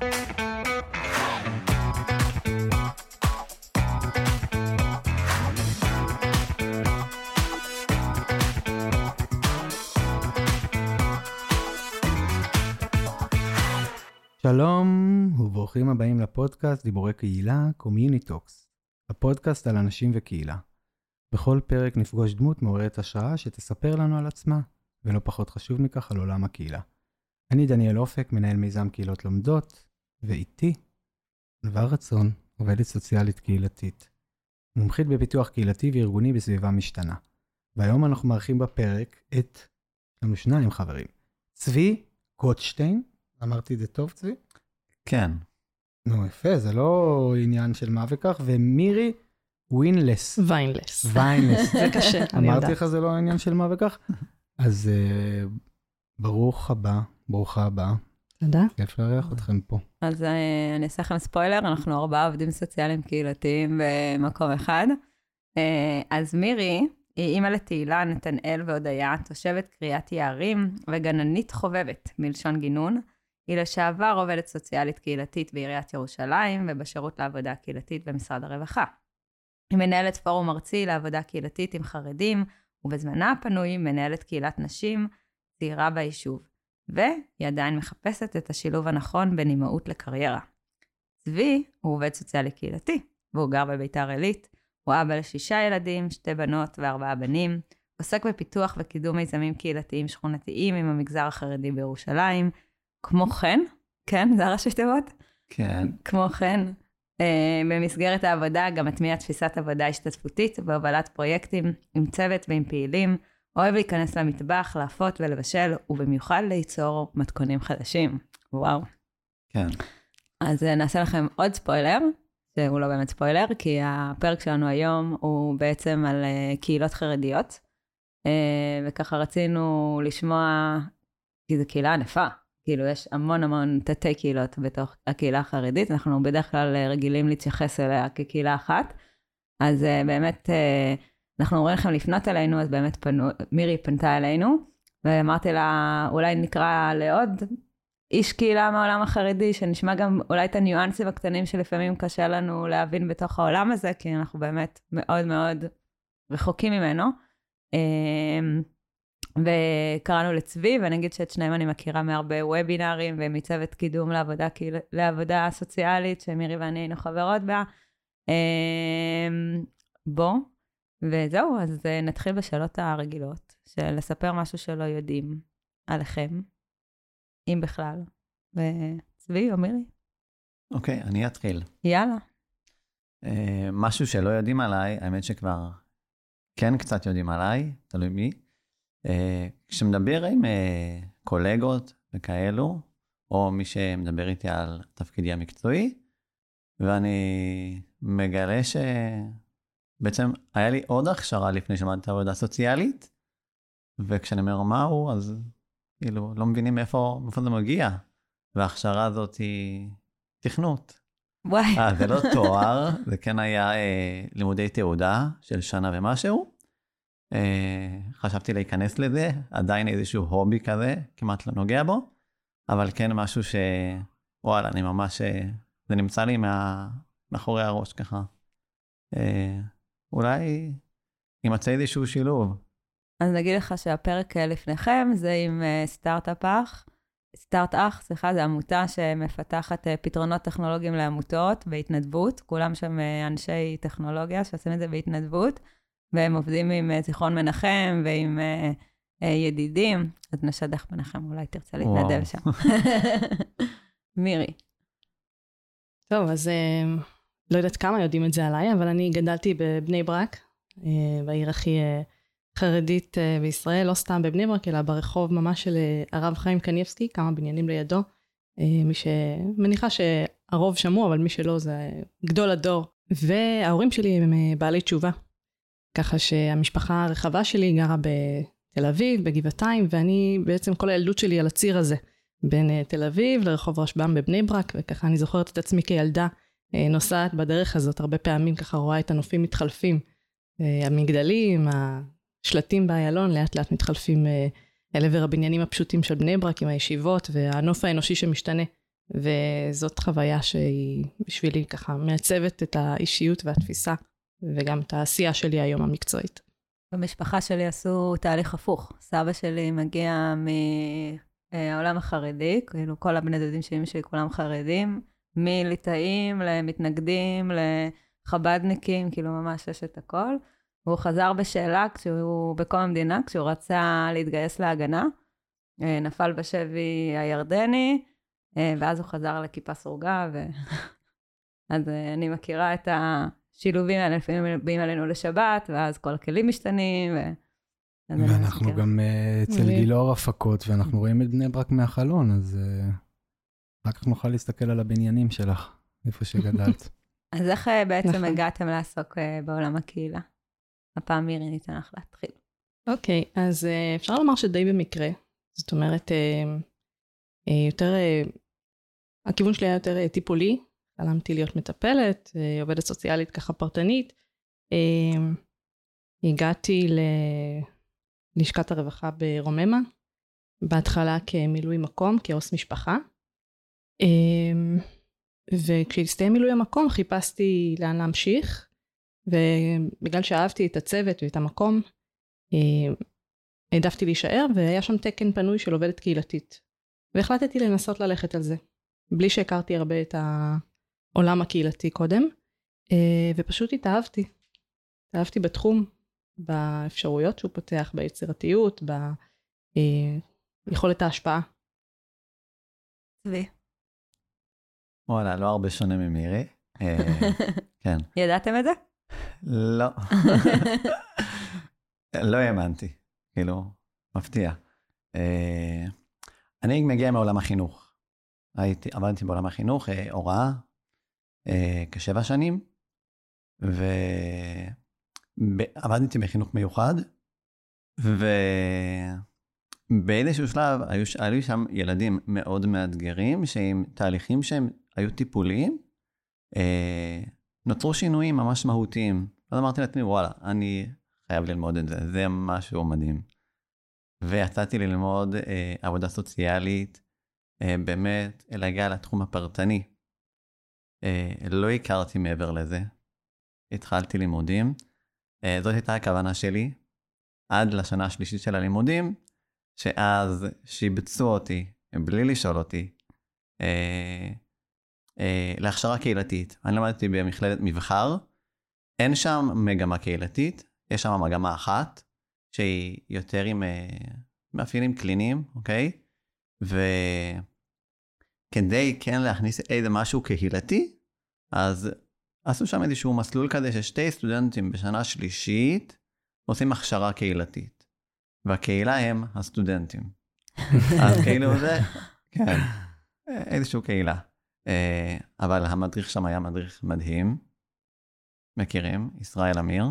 שלום וברוכים הבאים לפודקאסט דיבורי קהילה Community Talks, הפודקאסט על אנשים וקהילה. בכל פרק נפגוש דמות מעוררת השראה שתספר לנו על עצמה, ולא פחות חשוב מכך על עולם הקהילה. אני דניאל אופק, מנהל מיזם קהילות לומדות, ואיתי ענווה רצון, עובדת סוציאלית קהילתית, מומחית בפיתוח קהילתי וארגוני בסביבה משתנה. והיום אנחנו מארחים בפרק את, לנו שניים חברים, צבי גוטשטיין, אמרתי את זה טוב, צבי? כן. נו, יפה, זה לא עניין של מה וכך, ומירי ויינלס. ויינלס. ויינלס. זה קשה, אני יודעת. אמרתי לך, זה לא עניין של מה וכך? אז ברוך הבא, ברוכה הבאה. תודה. כיף לארח אתכם פה. אז אני אעשה לכם ספוילר, אנחנו 4 עובדים סוציאליים קהילתיים במקום אחד. אז מירי היא אימא לתהילה, נתנאל והודיה, תושבת קריית יערים וגננית חובבת, מלשון גינון. היא לשעבר עובדת סוציאלית קהילתית בעיריית ירושלים ובשירות לעבודה קהילתית במשרד הרווחה. היא מנהלת פורום ארצי לעבודה קהילתית עם חרדים, ובזמנה הפנוי מנהלת קהילת נשים צעירה ביישוב. והיא עדיין מחפשת את השילוב הנכון בין אימהות לקריירה. צבי הוא עובד סוציאלי קהילתי, והוא גר בביתר עילית. הוא אבא ל6 ילדים, 2 בנות ו4 בנים. עוסק בפיתוח וקידום מיזמים קהילתיים שכונתיים עם המגזר החרדי בירושלים. כמו כן, כן, זה הראשי תיבות? כן. כמו כן, במסגרת העבודה גם מטמיע תפיסת עבודה השתתפותית והובלת פרויקטים עם צוות ועם פעילים. אוהב להיכנס למטבח, להפות ולבשל, ובמיוחד ליצור מתכונים חדשים. וואו. כן. אז נעשה לכם עוד ספוילר, שהוא לא באמת ספוילר, כי הפרק שלנו היום הוא בעצם על קהילות חרדיות, וככה רצינו לשמוע, כי זו קהילה ענפה, כאילו יש המון תתי קהילות בתוך הקהילה החרדית, אנחנו בדרך כלל רגילים להתייחס אליה כקהילה אחת, אז באמת אנחנו אומרים לכם לפנות אלינו, אז באמת מירי פנתה אלינו, ואמרתי לה, אולי נקרא לעוד איש קהילה מהעולם החרדי, שנשמע גם אולי את הניואנסים הקטנים שלפעמים קשה לנו להבין בתוך העולם הזה, כי אנחנו באמת מאוד מאוד רחוקים ממנו. וקראנו לצבי, ואני אגיד שאת שניהם אני מכירה מהרבה וובינרים, ומצוות קידום לעבודה סוציאלית, שמירי ואני היינו חברות בה. וזהו, אז נתחיל בשאלות הרגילות, של לספר משהו שלא יודעים עליכם. אם בכלל. וצבי או מירי? אוקיי, אני אתחיל. יאללה. משהו שלא יודעים עליי, האמת שכבר כן קצת יודעים עליי, תלוי מי. כשמדבר עם קולגות וכאלו, או מי שמדבר איתי על תפקידי המקצועי, ואני מגלה שבעצם היה לי עוד הכשרה לפני שמעתי עבודה סוציאלית, וכשאני אומר מהו, אז כאילו, לא מבינים מאיפה זה מגיע. וההכשרה הזאת היא תכנות. וואי. זה לא תואר, זה כן היה לימודי תעודה של שנה ומשהו. חשבתי להיכנס לזה, עדיין איזשהו הובי כזה, כמעט לא נוגע בו, אבל כן משהו וואלה, אני ממש, זה נמצא לי מאחורי הראש ככה. אולי ימצא איזשהו שילוב. אז נגיד לך שהפרק לפניכם זה עם סטארט-אח, זה עמותה שמפתחת פתרונות טכנולוגיים לעמותות בהתנדבות, כולם שם אנשי טכנולוגיה שעושים את זה בהתנדבות, והם עובדים עם זיכרון מנחם ועם ידידים, אז נשדך ביניכם, אולי תרצה להתנדב שם. מירי. טוב, אז לא יודעת כמה יודעים את זה עליי, אבל אני גדלתי בבני ברק, בעיר הכי חרדית בישראל, לא סתם בבני ברק, אלא ברחוב ממש של הרב חיים קניבסקי, כמה בניינים לידו, מי שמניחה שהרוב שמעו, אבל מי שלא זה גדול הדור. וההורים שלי הם בעלי תשובה, ככה שהמשפחה הרחבה שלי גרה בתל אביב, בגבעתיים, ואני בעצם כל הילדות שלי על הציר הזה, בין תל אביב לרחוב רשב"ם בבני ברק, וככה אני זוכרת את עצמי כילדה נוסעת בדרך הזאת, הרבה פעמים ככה רואה את הנופים מתחלפים, המגדלים, השלטים באיילון, לאט לאט מתחלפים אל עבר הבניינים הפשוטים של בני ברק, עם הישיבות, והנוף האנושי שמשתנה וזאת חוויה שהיא בשבילי ככה מעצבת את האישיות והתפיסה, וגם את העשייה שלי היום המקצועית. במשפחה שלי עשו תהליך הפוך. סבא שלי מגיע מהעולם החרדי, כאילו כל הבני דודים שלי שלי כולם חרדים, מליטאים למתנגדים, לחבדניקים, כאילו ממש יש את הכל. והוא חזר בשאלה כשהוא בקום המדינה, כשהוא רצה להתגייס להגנה, נפל בשבי הירדני, ואז הוא חזר לכיפה סורגה, אז אני מכירה את השילובים האלה, לפעמים באים עלינו לשבת, ואז כל הכלים משתנים, ואנחנו גם אצל גילאור הפקות, ואנחנו רואים את בני ברק מהחלון, אז רק כך נוכל להסתכל על הבניינים שלך, איפה שגדלת. אז איך בעצם הגעתם לעסוק בעולם הקהילה? הפעם מירי ניתן לך להתחיל. אוקיי, אז אפשר לומר שדי במקרה, זאת אומרת, יותר, הכיוון שלי היה יותר טיפולי, חלמתי להיות מטפלת, עובדת סוציאלית ככה פרטנית, הגעתי ללשכת הרווחה ברוממה, בהתחלה כמילוי מקום, כעוס משפחה, וכשהסתיים מילוי המקום חיפשתי לאן להמשיך, ובגלל שאהבתי את הצוות ואת המקום, העדפתי להישאר, והיה שם תקן פנוי של עובדת קהילתית. והחלטתי לנסות ללכת על זה, בלי שהכרתי הרבה את העולם הקהילתי קודם, ופשוט התאהבתי בתחום, באפשרויות שהוא פותח, ביצירתיות, ביכולת ההשפעה. צבי. וואלה, לא הרבה שונה ממירי. כן. ידעתם את זה? לא. לא האמנתי, כאילו, מפתיע. אני מגיע מעולם החינוך. עבדתי בעולם החינוך, הוראה, כ7 שנים, ועבדתי בחינוך מיוחד, ובאיזשהו שלב היו שם ילדים מאוד מאתגרים, שעם תהליכים שהם היו טיפוליים, נוצרו שינויים ממש מהותיים. אז אמרתי לעצמי, וואלה, אני חייב ללמוד את זה, זה משהו מדהים. ויצאתי ללמוד עבודה סוציאלית, באמת להגיע לתחום הפרטני. לא הכרתי מעבר לזה. התחלתי לימודים. זאת הייתה הכוונה שלי, עד לשנה השלישית של הלימודים, שאז שיבצו אותי, בלי לשאול אותי, להכשרה קהילתית. אני למדתי במכללת מבחר, אין שם מגמה קהילתית, יש שם מגמה אחת, שהיא יותר עם מאפיינים קליניים, אוקיי? וכדי כן להכניס איזה משהו קהילתי, אז עשו שם איזשהו מסלול כזה ששתי סטודנטים בשנה שלישית עושים הכשרה קהילתית. והקהילה הם הסטודנטים. אז כאילו זה, כן, איזשהו קהילה. אבל המדריך שם היה מדריך מדהים, מכירים, ישראל אמיר,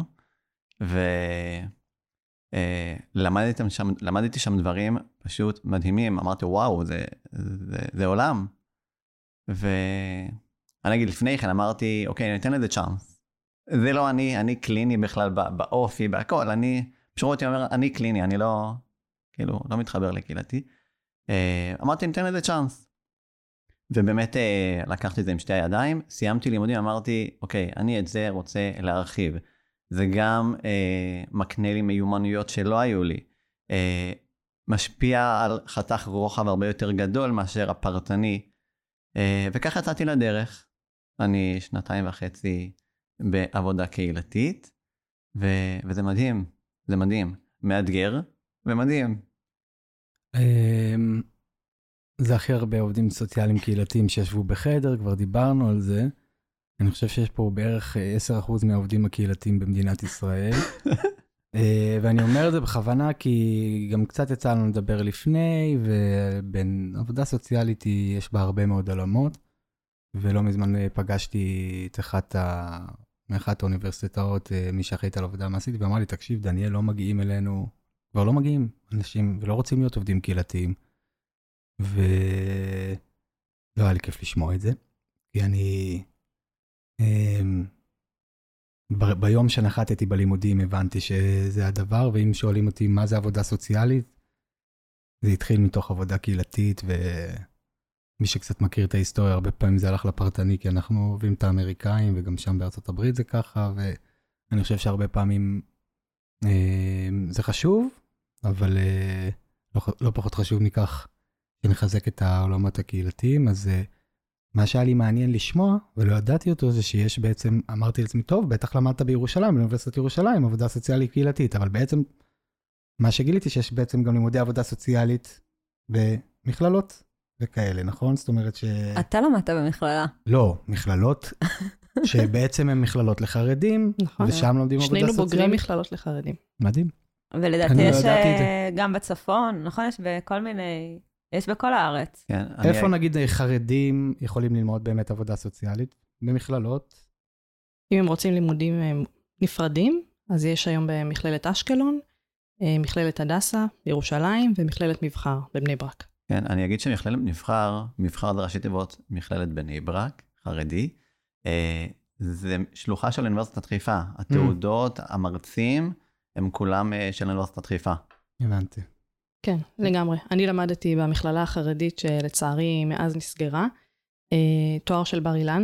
למדתי שם דברים פשוט מדהימים, אמרתי וואו, זה עולם. ואני אגיד לפני כן, אמרתי, אוקיי, ניתן לזה צ'אנס. זה לא אני קליני בכלל באופי, בהכל, פשוט אומר, אני קליני, אני לא, כאילו, לא מתחבר לקהילתי. אמרתי, ניתן לזה צ'אנס. ובאמת לקחתי את זה עם שתי הידיים, סיימתי לימודים, אמרתי, אוקיי, אני את זה רוצה להרחיב. זה גם מקנה לי מיומנויות שלא היו לי. משפיע על חתך רוחב הרבה יותר גדול מאשר הפרטני. וכך יצאתי לדרך. אני 2.5 בעבודה קהילתית, וזה מדהים, זה מדהים. מאתגר ומדהים. זה הכי הרבה עובדים סוציאליים קהילתיים שישבו בחדר, כבר דיברנו על זה. אני חושב שיש פה בערך 10% מהעובדים הקהילתיים במדינת ישראל. ואני אומר את זה בכוונה, כי גם קצת יצא לנו לדבר לפני, ובין עבודה סוציאלית יש בה הרבה מאוד עולמות, ולא מזמן פגשתי את מאחת האוניברסיטאות, מי שאחראית על עבודה מעשית, ואמר לי, תקשיב, דניאל, לא מגיעים אלינו, כבר לא מגיעים אנשים, ולא רוצים להיות עובדים קהילתיים. ולא היה לי כיף לשמוע את זה, כי אני ביום שנחתתי בלימודים הבנתי שזה הדבר, ואם שואלים אותי מה זה עבודה סוציאלית, זה התחיל מתוך עבודה קהילתית, מי שקצת מכיר את ההיסטוריה, הרבה פעמים זה הלך לפרטני, כי אנחנו אוהבים את האמריקאים, וגם שם בארצות הברית זה ככה, ואני חושב שהרבה פעמים זה חשוב, אבל לא פחות חשוב מכך שנחזק את העולמות הקהילתיים. אז מה שהיה לי מעניין לשמוע, ולא ידעתי אותו, זה שיש בעצם, אמרתי לעצמי, טוב, בטח למדת בירושלים, באוניברסיטת ירושלים, עבודה סוציאלית קהילתית, אבל בעצם, מה שגיליתי שיש בעצם גם לימודי עבודה סוציאלית במכללות וכאלה, נכון? זאת אומרת אתה למדת במכללה. לא, מכללות שבעצם הן מכללות לחרדים, נכון. ושם לומדים עבודה סוציאלית. שנינו בוגרים מכללות לחרדים. מדהים. ולדעתי אני לא יש ידעתי את זה. גם בצפון, נכון? יש בכל מיני, יש בכל הארץ. כן, איפה נגיד חרדים יכולים ללמוד באמת עבודה סוציאלית? במכללות? אם הם רוצים לימודים נפרדים, אז יש היום במכללת אשקלון, מכללת הדסה בירושלים, ומכללת מבחר בבני ברק. כן, אני אגיד שמכללת מבחר זה ראשי תיבות, מכללת בני ברק, חרדי, זה שלוחה של אוניברסיטת חיפה. התעודות, המרצים, הם כולם של אוניברסיטת חיפה. הבנתי. כן, לגמרי. אני למדתי במכללה החרדית שלצערי מאז נסגרה, תואר של בר אילן.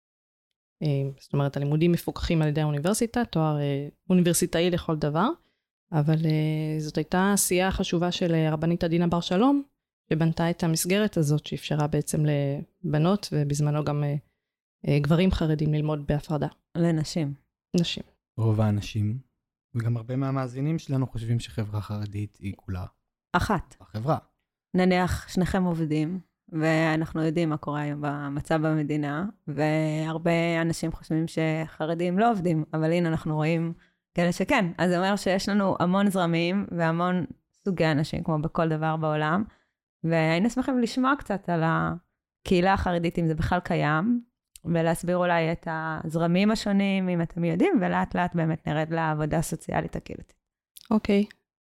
זאת אומרת, הלימודים מפוקחים על ידי האוניברסיטה, תואר אוניברסיטאי לכל דבר, אבל זאת הייתה עשייה חשובה של רבנית עדינה בר שלום, שבנתה את המסגרת הזאת, שאפשרה בעצם לבנות, ובזמנו גם גברים חרדים ללמוד בהפרדה. לנשים. נשים. רוב האנשים, וגם הרבה מהמאזינים שלנו חושבים שחברה חרדית היא כולה אחת. החברה. נניח שניכם עובדים, ואנחנו יודעים מה קורה היום במצב במדינה, והרבה אנשים חושבים שחרדים לא עובדים, אבל הנה אנחנו רואים כאלה שכן. אז זה אומר שיש לנו המון זרמים, והמון סוגי אנשים, כמו בכל דבר בעולם, והיינו שמחים לשמוע קצת על הקהילה החרדית, אם זה בכלל קיים, ולהסביר אולי את הזרמים השונים, אם אתם יודעים, ולאט לאט באמת נרד לעבודה הסוציאלית הקהילתית. אוקיי.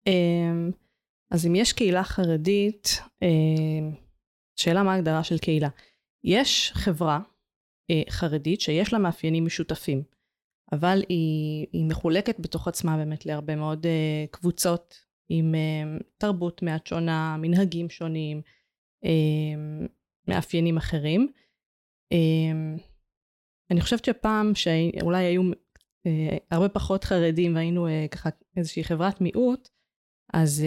אז אם יש קהילה חרדית, שאלה מה ההגדרה של קהילה. יש חברה חרדית שיש לה מאפיינים משותפים, אבל היא מחולקת בתוך עצמה באמת להרבה מאוד קבוצות, עם תרבות מעט שונה, מנהגים שונים, מאפיינים אחרים. אני חושבת שפעם שאולי היו הרבה פחות חרדים והיינו ככה איזושהי חברת מיעוט, אז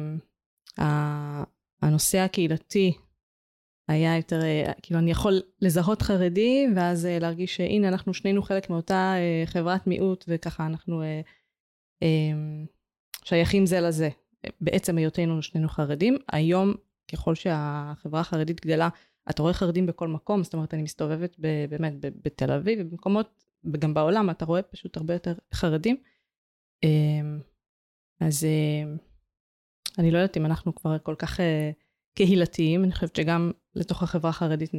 הנושא הקהילתי היה יותר, כאילו אני יכול לזהות חרדי ואז להרגיש שהנה אנחנו שנינו חלק מאותה חברת מיעוט וככה אנחנו שייכים זה לזה. בעצם היותנו שנינו חרדים. היום ככל שהחברה החרדית גדלה, אתה רואה חרדים בכל מקום, זאת אומרת אני מסתובבת באמת בתל אביב ובמקומות, וגם בעולם אתה רואה פשוט הרבה יותר חרדים. אז אני לא יודעת אם אנחנו כבר כל כך קהילתיים, אני חושבת שגם לתוך החברה החרדית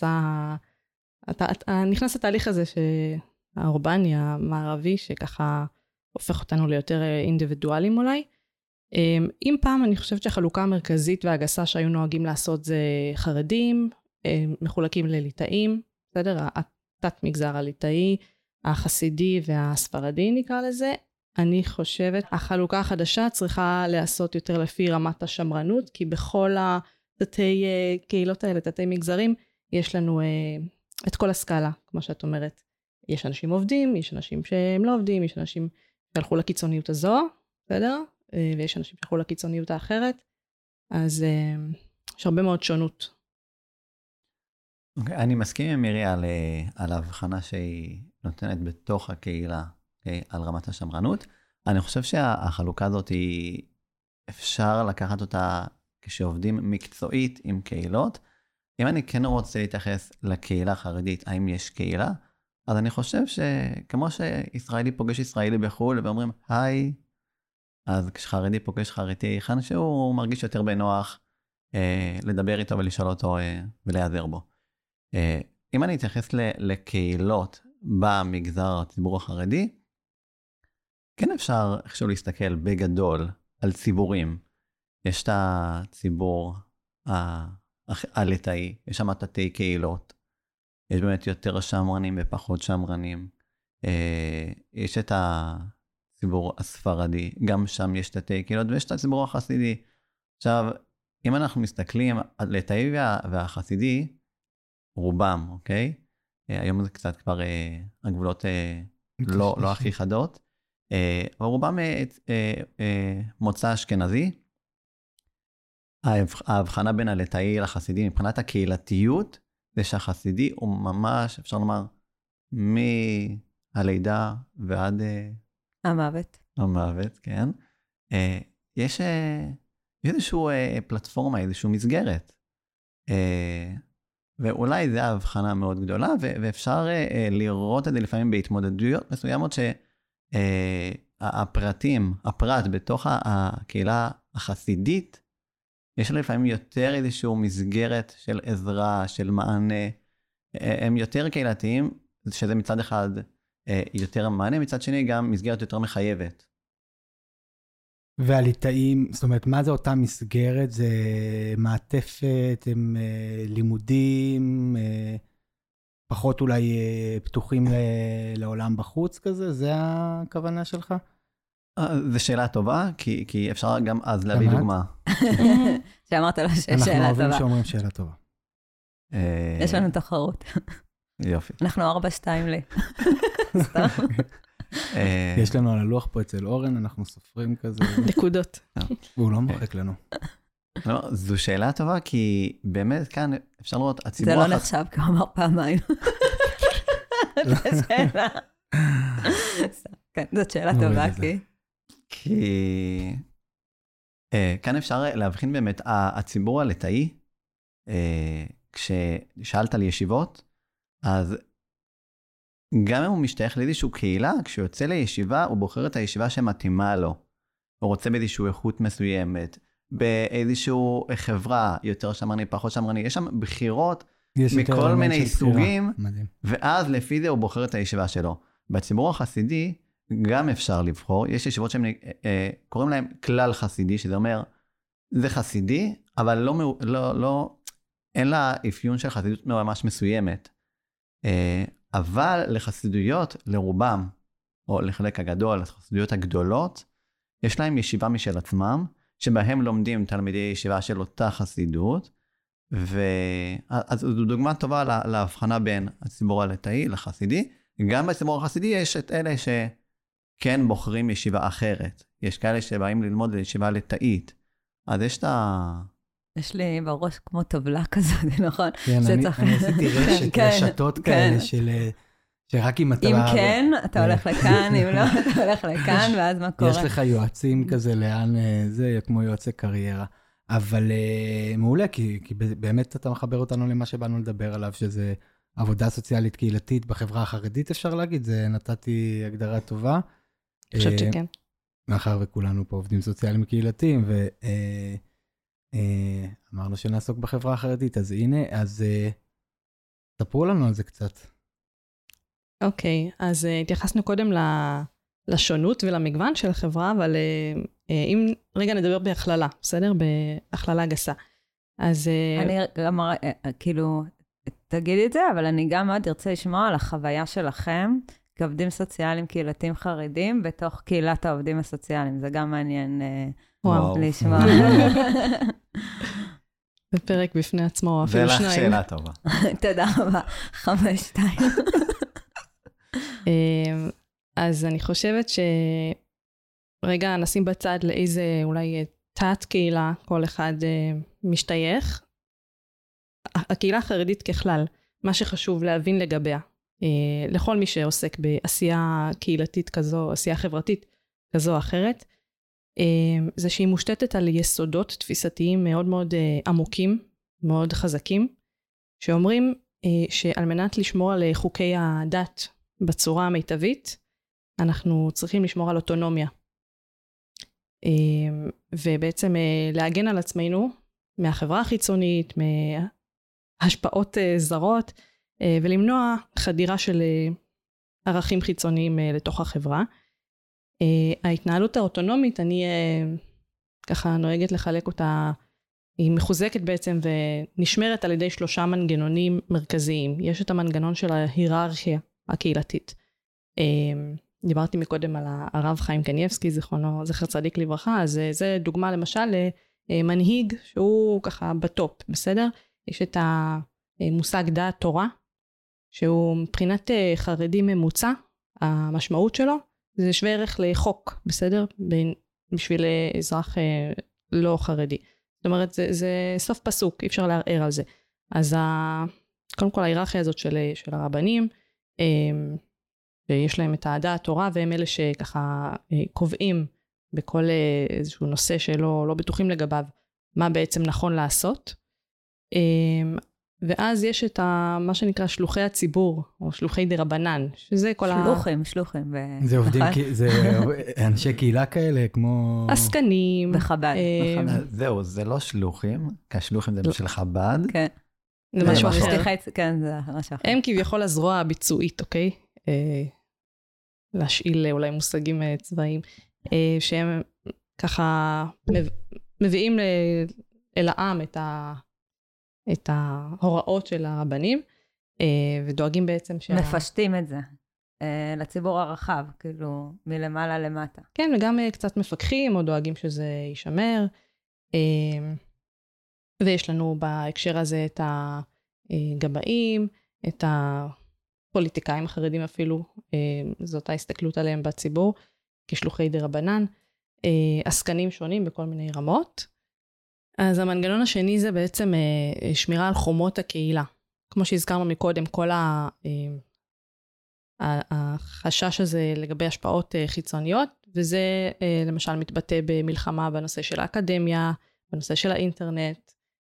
נכנס התהליך הזה האורבני, המערבי, שככה הופך אותנו ליותר אינדיבידואלים אולי. אם פעם אני חושבת שהחלוקה המרכזית והגסה שהיו נוהגים לעשות זה חרדים, מחולקים לליטאים, בסדר? התת מגזר הליטאי, החסידי והספרדי נקרא לזה. אני חושבת החלוקה החדשה צריכה לעשות יותר לפי רמת השמרנות, כי בכל התתי קהילות האלה, תתי מגזרים, יש לנו את כל הסקאלה, כמו שאת אומרת. יש אנשים עובדים, יש אנשים שהם לא עובדים, יש אנשים שהלכו לקיצוניות הזו, בסדר? ויש אנשים שהלכו לקיצוניות האחרת, אז יש הרבה מאוד שונות. אני מסכים עם מירי על ההבחנה שהיא נותנת בתוך הקהילה, על רמת השמרנות. אני חושב שהחלוקה הזאת היא, אפשר לקחת אותה כשעובדים מקצועית עם קהילות. אם אני כן רוצה להתייחס לקהילה החרדית, האם יש קהילה? אז אני חושב שכמו שישראלי פוגש ישראלי בחו"ל ואומרים היי, אז כשחרדי פוגש חרדי היכן שהוא מרגיש יותר בנוח לדבר איתו ולשאול אותו ולהיעזר בו. אם אני אתייחס לקהילות במגזר הציבור החרדי, כן אפשר איכשהו להסתכל בגדול על ציבורים. יש את הציבור הליטאי, יש שם תתי קהילות, יש באמת יותר שמרנים ופחות שמרנים. יש את הציבור הספרדי, גם שם יש תתי קהילות, ויש את הציבור החסידי. עכשיו, אם אנחנו מסתכלים על ליטאי והחסידי, רובם, אוקיי? היום זה קצת כבר הגבולות לא הכי חדות, אבל רובם מוצא אשכנזי. ההבחנה בין הליטאי לחסידי מבחינת הקהילתיות, זה שהחסידי הוא ממש, אפשר לומר, מהלידה ועד המוות, כן. יש איזשהו פלטפורמה, איזשהו מסגרת. ואולי זו ההבחנה מאוד גדולה, ואפשר לראות את זה לפעמים בהתמודדויות מסוימות הפרט בתוך הקהילה החסידית, יש לה לפעמים יותר איזשהו מסגרת של עזרה, של מענה. הם יותר קהילתיים, שזה מצד אחד יותר מענה, מצד שני גם מסגרת יותר מחייבת. והליטאים, זאת אומרת, מה זה אותה מסגרת? זה מעטפת, הם לימודים, פחות אולי פתוחים לעולם בחוץ כזה? זה הכוונה שלך? זו שאלה טובה, כי אפשר גם אז להביא דוגמה. שאמרת לה שאלה טובה. אנחנו אוהבים שאומרים שאלה טובה. יש לנו תחרות. יופי. אנחנו 4-2 לי. יש לנו על הלוח פה אצל אורן, אנחנו סופרים כזה. נקודות. והוא לא מוחק לנו. זו שאלה טובה, כי באמת כאן אפשר לראות, זה לא נחשב, כי הוא אמר פעמיים. זו שאלה. כן, זאת שאלה טובה, כי כאן אפשר להבחין באמת, הציבור הליטאי, כששאלת על ישיבות, אז גם אם הוא משתייך לאיזושהי קהילה, כשהוא יוצא לישיבה, הוא בוחר את הישיבה שמתאימה לו. הוא רוצה באיזושהי איכות מסוימת, באיזושהי חברה, יותר שמרני, פחות שמרני. יש שם בחירות מכל מיני סוגים, ואז לפי זה הוא בוחר את הישיבה שלו. בציבור החסידי גם אפשר לבחור. יש ישיבות שהם קוראים להם כלל חסידי, שזה אומר, זה חסידי, אבל אין לה אפיון של חסידות ממש מסוימת. אבל לחסידויות, לרובם, או לחלק הגדול, לחסידויות הגדולות, יש להם ישיבה משל עצמם, שבהם לומדים תלמידי ישיבה של אותה חסידות, אז זו דוגמה טובה להבחנה בין הציבור הליטאי לחסידי. גם בציבור החסידי יש את אלה שכן בוחרים ישיבה אחרת. יש כאלה שבאים ללמוד לישיבה ליטאית. אז יש את יש לי בראש כמו טבלה כזאת, נכון? כן, אני עשיתי רשתות כאלה שרק אם אתה... אם כן, אתה הולך לכאן, אם לא, אתה הולך לכאן, ואז מה קורה? יש לך יועצים כזה לאן זה, כמו יועצי קריירה. אבל מעולה, כי באמת אתה מחבר אותנו למה שבאנו לדבר עליו, שזה עבודה סוציאלית קהילתית בחברה החרדית, אפשר להגיד, זה נתתי הגדרה טובה. אני חושבת שכן. מאחר וכולנו פה עובדים סוציאליים קהילתיים, אמרנו שנעסוק בחברה החרדית, אז הנה, אז ספרו לנו על זה קצת. אוקיי, אז התייחסנו קודם לשונות ולמגוון של החברה, אבל אם רגע נדבר בהכללה, בסדר? בהכללה גסה. אז... אני גם, כאילו, תגידי את זה, אבל אני גם מאוד ארצה לשמוע על החוויה שלכם, כעובדים סוציאליים קהילתיים חרדים, בתוך קהילת העובדים הסוציאליים. זה גם מעניין לשמוע. זה פרק בפני עצמו, אפילו שניים. זה לך שאלה טובה. תודה רבה. 5-2. אז אני חושבת רגע נשים בצד לאיזה אולי תת קהילה כל אחד משתייך. הקהילה החרדית ככלל, מה שחשוב להבין לגביה, לכל מי שעוסק בעשייה קהילתית כזו, עשייה חברתית כזו או אחרת, זה שהיא מושתתת על יסודות תפיסתיים מאוד מאוד עמוקים, מאוד חזקים, שאומרים שעל מנת לשמור על חוקי הדת בצורה המיטבית, אנחנו צריכים לשמור על אוטונומיה. ובעצם להגן על עצמנו מהחברה החיצונית, מהשפעות זרות, ולמנוע חדירה של ערכים חיצוניים לתוך החברה. ההתנהלות האוטונומית, אני ככה נוהגת לחלק אותה, היא מחוזקת בעצם ונשמרת על ידי 3 מנגנונים מרכזיים. יש את המנגנון של ההיררכיה הקהילתית. דיברתי מקודם על הרב חיים קניבסקי, זכר צדיק לברכה, אז זה דוגמה למשל מנהיג שהוא ככה בטופ, בסדר? יש את המושג דעת תורה, שהוא מבחינת חרדי ממוצע, המשמעות שלו, זה שווה ערך לחוק, בסדר? בשביל אזרח לא חרדי. זאת אומרת, זה סוף פסוק, אי אפשר לערער על זה. אז קודם כל ההיררכיה הזאת של הרבנים, ויש להם את הדעת תורה, והם אלה שככה קובעים בכל איזשהו נושא שלא בטוחים לגביו, מה בעצם נכון לעשות. ואז יש את מה שנקרא שלוחי הציבור, או שלוחי דרבנן, שזה כל שלוחים. זה עובדים, זה אנשי קהילה כאלה, כמו... עסקנים. בחב"ד. זהו, זה לא שלוחים, כי השלוחים זה של חב"ד. כן. זה משהו אחר. כן, זה משהו אחר. הם כביכול הזרוע הביצועית, אוקיי? להשאיל אולי מושגים צבאיים, שהם ככה מביאים אל העם את ההוראות של הרבנים, ודואגים בעצם מפשטים את זה לציבור הרחב, כאילו מלמעלה למטה. כן, וגם קצת מפקחים או דואגים שזה יישמר, ויש לנו בהקשר הזה את הגבאים, את הפוליטיקאים החרדים אפילו, זאת ההסתכלות עליהם בציבור, כשלוחי דרבנן, עסקנים שונים בכל מיני רמות. אז המנגנון השני זה בעצם שמירה על חומות הקהילה. כמו שהזכרנו מקודם, כל החשש הזה לגבי השפעות חיצוניות, וזה למשל מתבטא במלחמה בנושא של האקדמיה, בנושא של האינטרנט,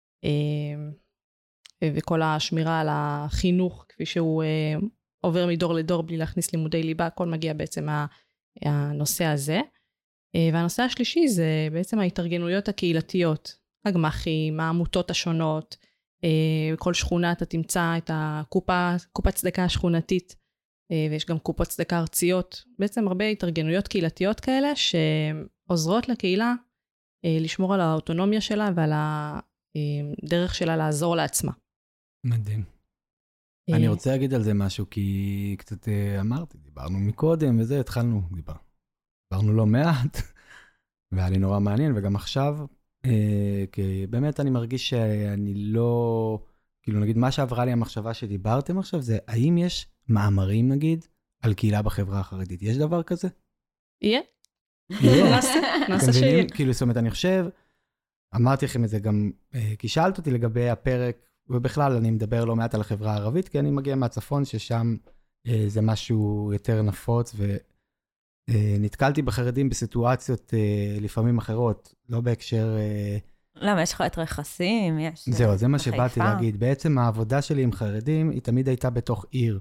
וכל השמירה על החינוך, כפי שהוא עובר מדור לדור בלי להכניס לימודי ליבה, הכל מגיע בעצם הנושא הזה. והנושא השלישי זה בעצם ההתארגנויות הקהילתיות, הגמחים, העמותות השונות, כל שכונה אתה תמצא את קופת צדקה השכונתית, ויש גם קופות צדקה ארציות, בעצם הרבה התארגנויות קהילתיות כאלה, שעוזרות לקהילה לשמור על האוטונומיה שלה, ועל הדרך שלה לעזור לעצמה. מדהים. אני רוצה להגיד על זה משהו, כי קצת אמרתי, דיברנו מקודם וזה, דיברנו לא מעט, והיה לי נורא מעניין, וגם עכשיו, כי באמת אני מרגיש שאני לא, כאילו נגיד מה שעברה לי המחשבה שדיברתם עכשיו, זה האם יש מאמרים נגיד, על קהילה בחברה החרדית? יש דבר כזה? יהיה. נעשה שיהיה. כאילו, זאת אומרת, אני חושב, אמרתי לכם את זה גם, כי שאלת אותי לגבי הפרק, ובכלל אני מדבר לא מעט על החברה הערבית, כי אני מגיע מהצפון, ששם זה משהו יותר נפוץ, ונתקלתי בחרדים בסיטואציות לפעמים אחרות, לא בהקשר... למה, יש לך את רכסים? זהו, זה מה שבאתי להגיד. בעצם העבודה שלי עם חרדים, היא תמיד הייתה בתוך עיר.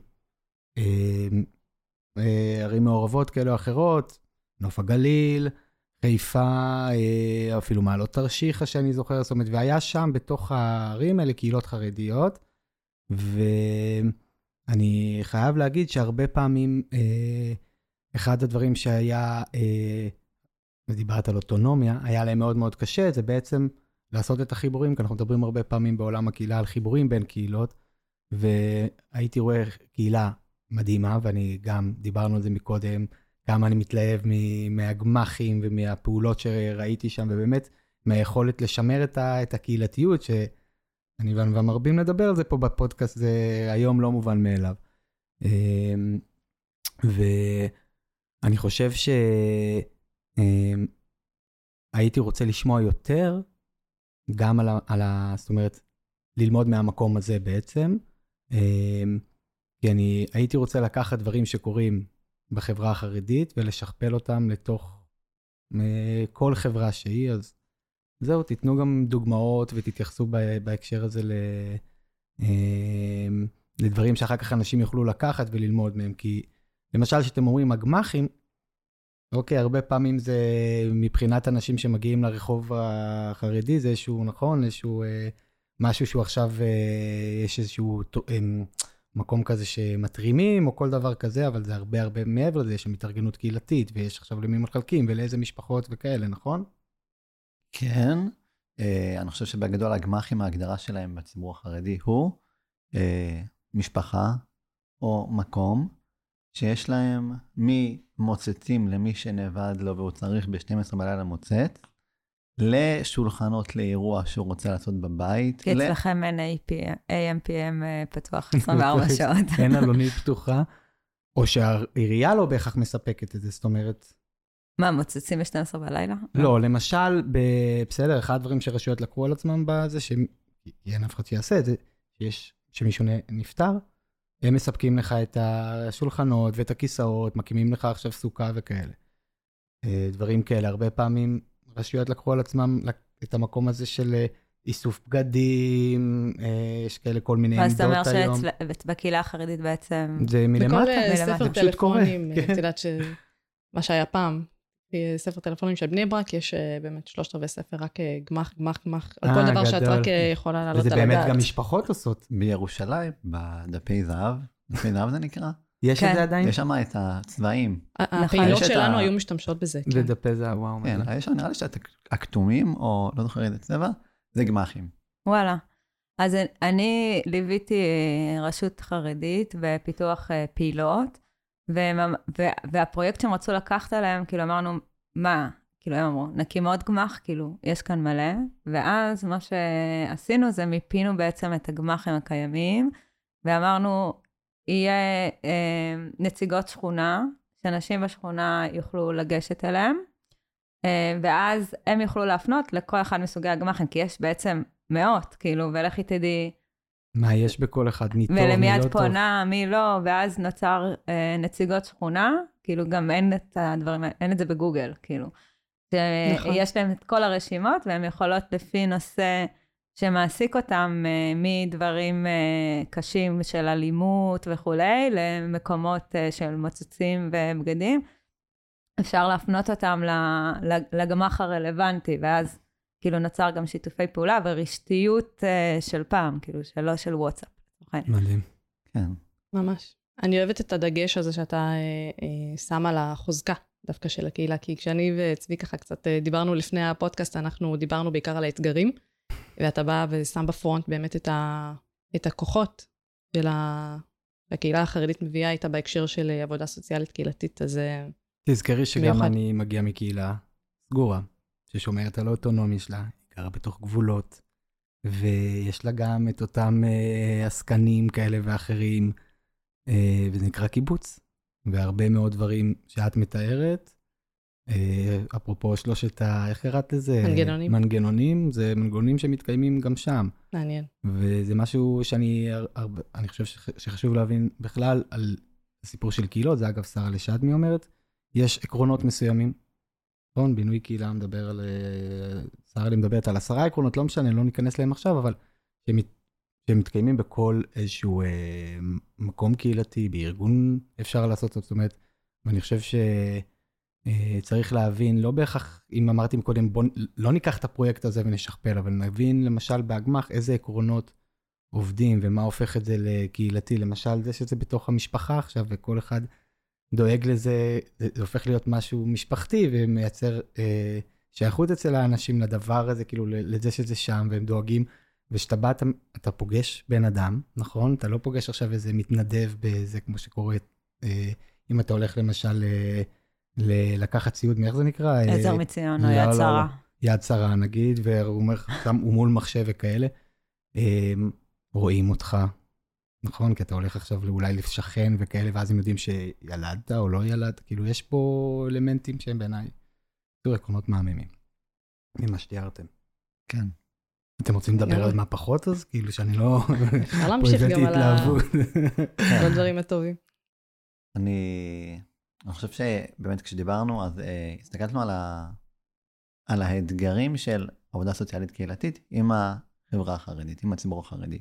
ערים מעורבות כאלו אחרות, נוף הגליל, חיפה, אפילו מעלות תרשיחא שאני זוכר, זאת אומרת, והיה שם בתוך הערים האלה קהילות חרדיות, ואני חייב להגיד שהרבה פעמים, אחד הדברים שהיה, ודיברת על אוטונומיה, היה להם מאוד מאוד קשה, זה בעצם לעשות את החיבורים, כי אנחנו מדברים הרבה פעמים בעולם הקהילה על חיבורים בין קהילות, והייתי רואה קהילה מדהימה, ואני גם דיברנו על זה מקודם, כמה אני מתלהב מהגמחים ומהפעולות שראיתי שם, ובאמת מהיכולת לשמר את הקהילתיות, שאני ומרבים לדבר על זה פה בפודקאסט, זה היום לא מובן מאליו. ואני חושב שהייתי רוצה לשמוע יותר, גם זאת אומרת, ללמוד מהמקום הזה בעצם, כי אני הייתי רוצה לקחת דברים שקורים בחברה החרדית, ולשכפל אותם לתוך כל חברה שהיא, אז זהו, תיתנו גם דוגמאות, ותתייחסו בהקשר הזה לדברים שאחר כך אנשים יוכלו לקחת וללמוד מהם, כי למשל שאתם אומרים הגמחים, אוקיי, הרבה פעמים זה מבחינת אנשים שמגיעים לרחוב החרדי, זה איזשהו, נכון, איזשהו משהו שהוא עכשיו, יש איזשהו מקום כזה שמתרימים, או כל דבר כזה, אבל זה הרבה הרבה מעבר לזה, יש שם התארגנות קהילתית, ויש עכשיו למי מחלקים, ולאיזה משפחות וכאלה, נכון? כן, אני חושב שבגדול הגמחים, ההגדרה שלהם בציבור החרדי הוא משפחה או מקום, שיש להם מי מוצצים למי שנאבד לו, והוא צריך ב-12 בלילה מוצץ, לשולחנות לאירוע שהוא רוצה לעשות בבית. כי אצלכם אין AM/PM פתוח 24 שעות. אין עלונית פתוחה, או שהעירייה לא בהכרח מספקת את זה, זאת אומרת... מה, מוצצים ב-12 בלילה? לא, למשל, בסדר, אחד הדברים שרשויות לקחו על עצמם בזה, שאין אף אחד שיעשה את זה, שמישהו נפטר, הם מספקים לך את השולחנות ואת הכיסאות, מקימים לך עכשיו סוכה וכאלה. דברים כאלה, הרבה פעמים רשויות לקחו על עצמם את המקום הזה של איסוף בגדים, יש כאלה כל מיני עמדות היום. ואז אתה אומר שבקהילה החרדית בעצם... זה מלמטה, בכל ספר טלפונים, את יודעת שמה שהיה פעם, ספר טלפונים של בני ברק, יש באמת 3/4 ספר, רק גמח, על כל דבר שאת רק יכולה לעלות על הדעת. וזה באמת גם משפחות עושות. בירושלים, בדפי זהב, דפי זהב זה נקרא? יש את זה עדיין? יש שם את הצבעים. הפעילות שלנו היו משתמשות בזה. ודפי זהב, וואו. כן, יש שם נראה לי שאת הכתומים, או לא זוכר את צבע, זה גמחים. וואלה. אז אני ליוויתי רשות חרדית בפיתוח פעילות, והפרויקט שהם רצו לקחת עליהם, כאילו אמרנו, מה? כאילו הם אמרו, נקים עוד גמח, כאילו, יש כאן מלא, ואז מה שעשינו זה מיפינו בעצם את הגמחים הקיימים, ואמרנו, יהיה נציגות שכונה, שאנשים בשכונה יוכלו לגשת אליהם, ואז הם יוכלו להפנות לכל אחד מסוגי הגמחים, כי יש בעצם מאות, כאילו, ולכי תדעי, מה יש בכל אחד, מי טוב, מי לא טוב. ולמיד פונה, מי לא, ואז נוצר נציגות שכונה, כאילו גם אין את הדברים, אין את זה בגוגל, כאילו. נכון. יש להם את כל הרשימות, והן יכולות לפי נושא שמעסיק אותם, מדברים קשים של אלימות וכולי, למקומות של מוצצים ובגדים. אפשר להפנות אותם לגמח הרלוונטי, ואז כאילו נוצר גם שיתופי פעולה ורשתיות של פעם, כאילו שלא של וואטסאפ. מדהים. כן. ממש. אני אוהבת את הדגש הזה שאתה שם על החוזקה דווקא של הקהילה, כי כשאני וצבי ככה קצת דיברנו לפני הפודקאסט, אנחנו דיברנו בעיקר על האתגרים, ואתה בא ושם בפרונט באמת את הכוחות של הקהילה החרדית מביאה איתה בהקשר של עבודה סוציאלית קהילתית, אז תזכרי שגם אני מגיע מקהילה סגורה, ששומרת על האוטונומיה שלה, היא גרה בתוך גבולות, ויש לה גם את אותם עסקנים כאלה ואחרים, וזה נקרא קיבוץ, והרבה מאוד דברים שאת מתארת, אפרופו שלושת איך קראת לזה? מנגנונים. מנגנונים, זה מנגנונים שמתקיימים גם שם. מעניין. וזה משהו אני חושב שחשוב להבין בכלל על הסיפור של קהילות, זה אגב שרה לשדמי אומרת, יש עקרונות מסוימים, נכון, בינוי קהילה מדבר על, שרה לי מדברת על 10 עקרונות, לא משנה, לא ניכנס להם עכשיו, אבל שהם מתקיימים בכל איזשהו מקום קהילתי, בארגון אפשר לעשות זאת, זאת אומרת, ואני חושב שצריך להבין, לא בהכרח, אם אמרתי מקודם, בוא לא ניקח את הפרויקט הזה ונשכפל, אבל נבין למשל בהגמח איזה עקרונות עובדים, ומה הופך את זה לקהילתי, למשל זה שזה בתוך המשפחה עכשיו, וכל אחד דואג לזה, זה הופך להיות משהו משפחתי, ומייצר שייכות אצל האנשים לדבר הזה, כאילו לזה שזה שם, והם דואגים, ושאתה בא, אתה פוגש בן אדם, נכון? אתה לא פוגש עכשיו איזה מתנדב בזה, כמו שקורה, אם אתה הולך למשל לקחת ציוד, מאיך זה נקרא? עזר מציון, או יד שרה. יד שרה, נגיד, והוא אומר, הוא מול מחשב וכאלה, רואים אותך, נכון? כי אתה הולך עכשיו אולי לשכן וכאלה, ואז הם יודעים שילדת או לא ילדת, כאילו יש פה אלמנטים שהם בעיניי, זה עקרונות מהממים, ממה שתיארתם. כן. אתם רוצים לדבר על מה פחות אז? כאילו שאני לא... אפשר להמשיך גם על הדברים הטובים. אני חושב שבאמת כשדיברנו, אז הסתכלנו על האתגרים של עבודה סוציאלית קהילתית עם החברה החרדית, עם הציבור החרדי.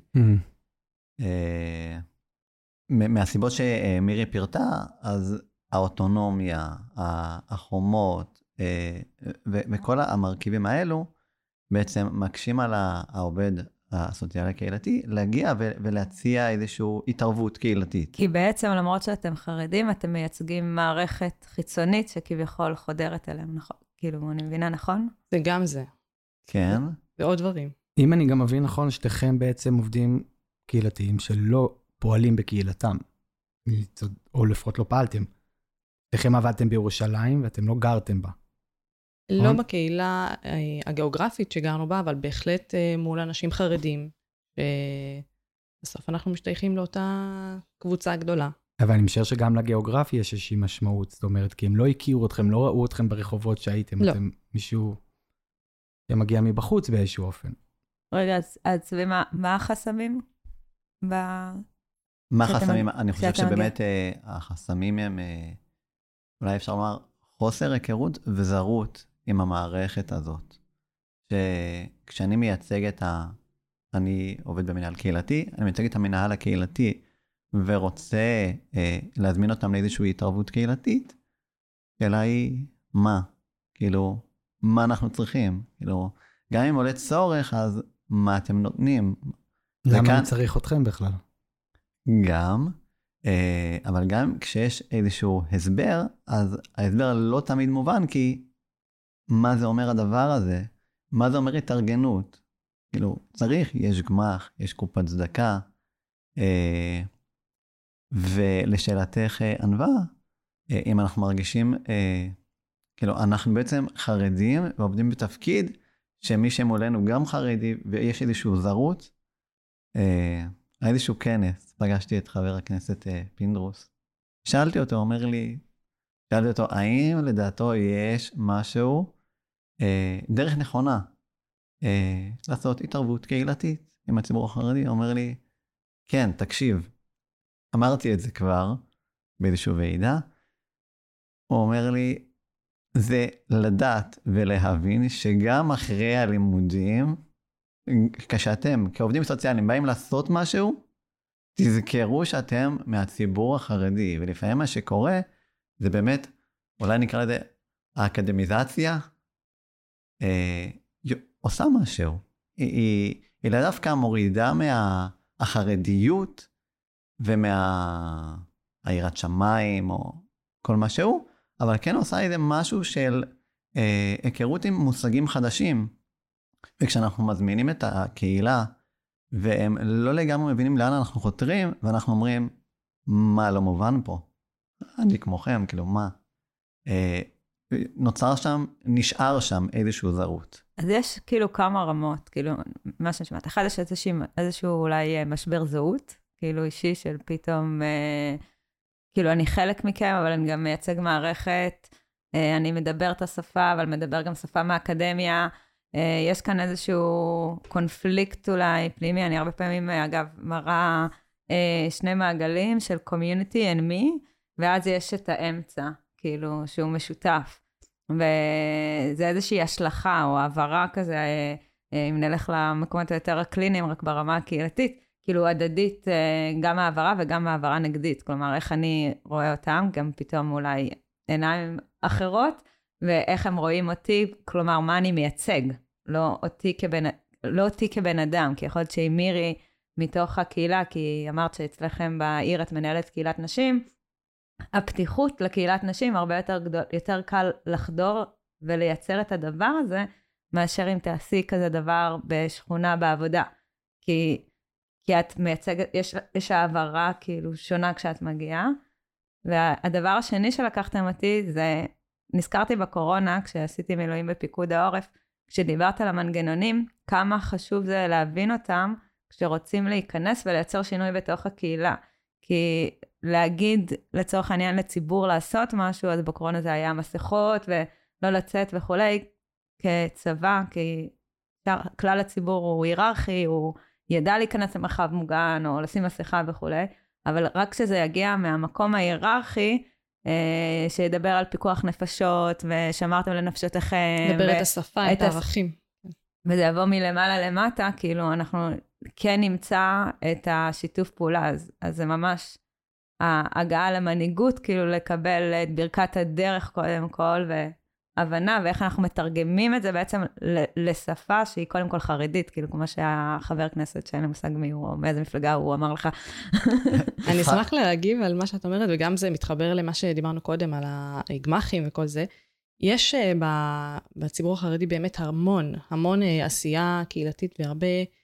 מהסיבות שמירי פירטה, אז האוטונומיה, החומות, וכל המרכיבים האלו, בעצם מקשים על העובד הסוציאלי הקהילתי, להגיע ולהציע איזושהי התערבות קהילתית. כי בעצם, למרות שאתם חרדים, אתם מייצגים מערכת חיצונית שכביכול חודרת אליהם, נכון? כאילו, אני מבינה, נכון? זה גם זה. כן. ועוד דברים. אם אני גם מבין נכון, שתיכם בעצם עובדים קהילתיים שלא פועלים בקהילתם, או לפחות לא פעלתם. שתיכם עבדתם בירושלים ואתם לא גרתם בה. לא בקהילה הגיאוגרפית שגרנו בה, אבל בהחלט מול אנשים חרדים, שבסוף אנחנו משתייכים לאותה קבוצה גדולה. אבל אני משער שגם לגיאוגרפיה יש איזושהי משמעות, זאת אומרת, כי הם לא הכירו אתכם, לא ראו אתכם ברחובות שהייתם, לא. אתם מישהו שמגיע מבחוץ באיזשהו אופן. רגע, אז מה החסמים? מה החסמים? אני חושב שבאמת החסמים הם, אולי אפשר לומר, חוסר היכרות וזרות עם המערכת הזאת. שכשאני מייצג אני עובד במנהל קהילתי, אני מייצג את המנהל הקהילתי, ורוצה להזמין אותם לאיזושהי התערבות קהילתית, שאלה היא, מה? כאילו, מה אנחנו צריכים? כאילו, גם אם עולה צורך, אז מה אתם נותנים? למה אני צריך אתכם בכלל? גם, אבל גם כשיש איזשהו הסבר, אז ההסבר לא תמיד מובן, כי מה זה אומר הדבר הזה? מה זה אומר התארגנות? כאילו, צריך, יש גמח, יש קופת צדקה, ולשאלתך ענווה, אם אנחנו מרגישים, כאילו, אנחנו בעצם חרדים ועובדים בתפקיד, שמי שמולנו גם חרדי, ויש איזשהו זרות, איזשהו כנס, פגשתי את חבר הכנסת פינדרוס, שאלתי אותו, האם לדעתו יש משהו, דרך נכונה, לעשות התערבות קהילתית עם הציבור החרדי? הוא אומר לי, כן, תקשיב, אמרתי את זה כבר באיזשהו ועידה, הוא אומר לי, זה לדעת ולהבין שגם אחרי הלימודים, כשאתם כעובדים סוציאליים באים לעשות משהו, תזכרו שאתם מהציבור החרדי, ולפעמים מה שקורה, זה באמת, אולי נקרא לזה, האקדמיזציה, עושה משהו. היא דווקא מורידה מהחרדיות, ומהעירת שמיים, או כל משהו, אבל כן עושה איזה משהו של היכרות עם מושגים חדשים. וכשאנחנו מזמינים את הקהילה, והם לא לגמרי מבינים לאן אנחנו חותרים, ואנחנו אומרים, מה לא מובן פה? אני כמוכם, כאילו מה? נשאר שם איזשהו זרות. אז יש כאילו כמה רמות, כאילו, מה שאני שמעת. אחד, יש איזשהו אולי משבר זהות, כאילו אישי של פתאום, כאילו אני חלק מכם, אבל אני גם מייצג מערכת, אני מדבר את השפה, אבל מדבר גם שפה מהאקדמיה, יש כאן איזשהו קונפליקט אולי פנימי, אני הרבה פעמים, אגב, מראה שני מעגלים של community and me, ואז יש את האמצע, כאילו, שהוא משותף. וזה איזושהי השלכה או העברה כזה, אם נלך למקומות היותר הקליניים, רק ברמה הקהילתית, כאילו הדדית, גם העברה וגם העברה נגדית. כלומר, איך אני רואה אותם, גם פתאום אולי עיניים אחרות, ואיך הם רואים אותי, כלומר, מה אני מייצג, לא אותי כבן אדם, כי יכול להיות שהיא מירי מתוך הקהילה, כי אמרת שאצלכם בעיר את מנהלת קהילת נשים, הפתיחות לקהילת נשים הרבה יותר קל לחדור ולייצר את הדבר הזה, מאשר אם תעשי כזה דבר בשכונה בעבודה. כי את מייצגת, יש העברה כאילו שונה כשאת מגיעה, והדבר השני שלקחתם אותי זה, נזכרתי בקורונה, כשעשיתי מילואים בפיקוד העורף, כשדיברת על המנגנונים, כמה חשוב זה להבין אותם, כשרוצים להיכנס ולייצר שינוי בתוך הקהילה. כי להגיד לצורך העניין לציבור לעשות משהו, אז בקורונה זה היה מסכות ולא לצאת וכולי, כצבא, כי כלל הציבור הוא היררכי, הוא ידע להיכנס למרחב מוגן או לשים מסכה וכולי, אבל רק כשזה יגיע מהמקום ההיררכי, שידבר על פיקוח נפשות, ושמרתם לנפשותיכם. לדבר את השפה, את הערכים. וזה יבוא מלמעלה למטה, כאילו אנחנו כן נמצא את השיתוף פעולה, אז זה ממש ההגעה למנהיגות, כאילו לקבל את ברכת הדרך קודם כל, והבנה, ואיך אנחנו מתרגמים את זה בעצם לשפה שהיא קודם כל חרדית, כאילו כמו שהחבר כנסת שאין למושג מי הוא, או מאיזה מפלגה הוא אמר לך. אני אשמח להגיב על מה שאת אומרת, וגם זה מתחבר למה שדיברנו קודם, על הגמחים וכל זה. יש בציבור החרדי באמת המון עשייה קהילתית והרבה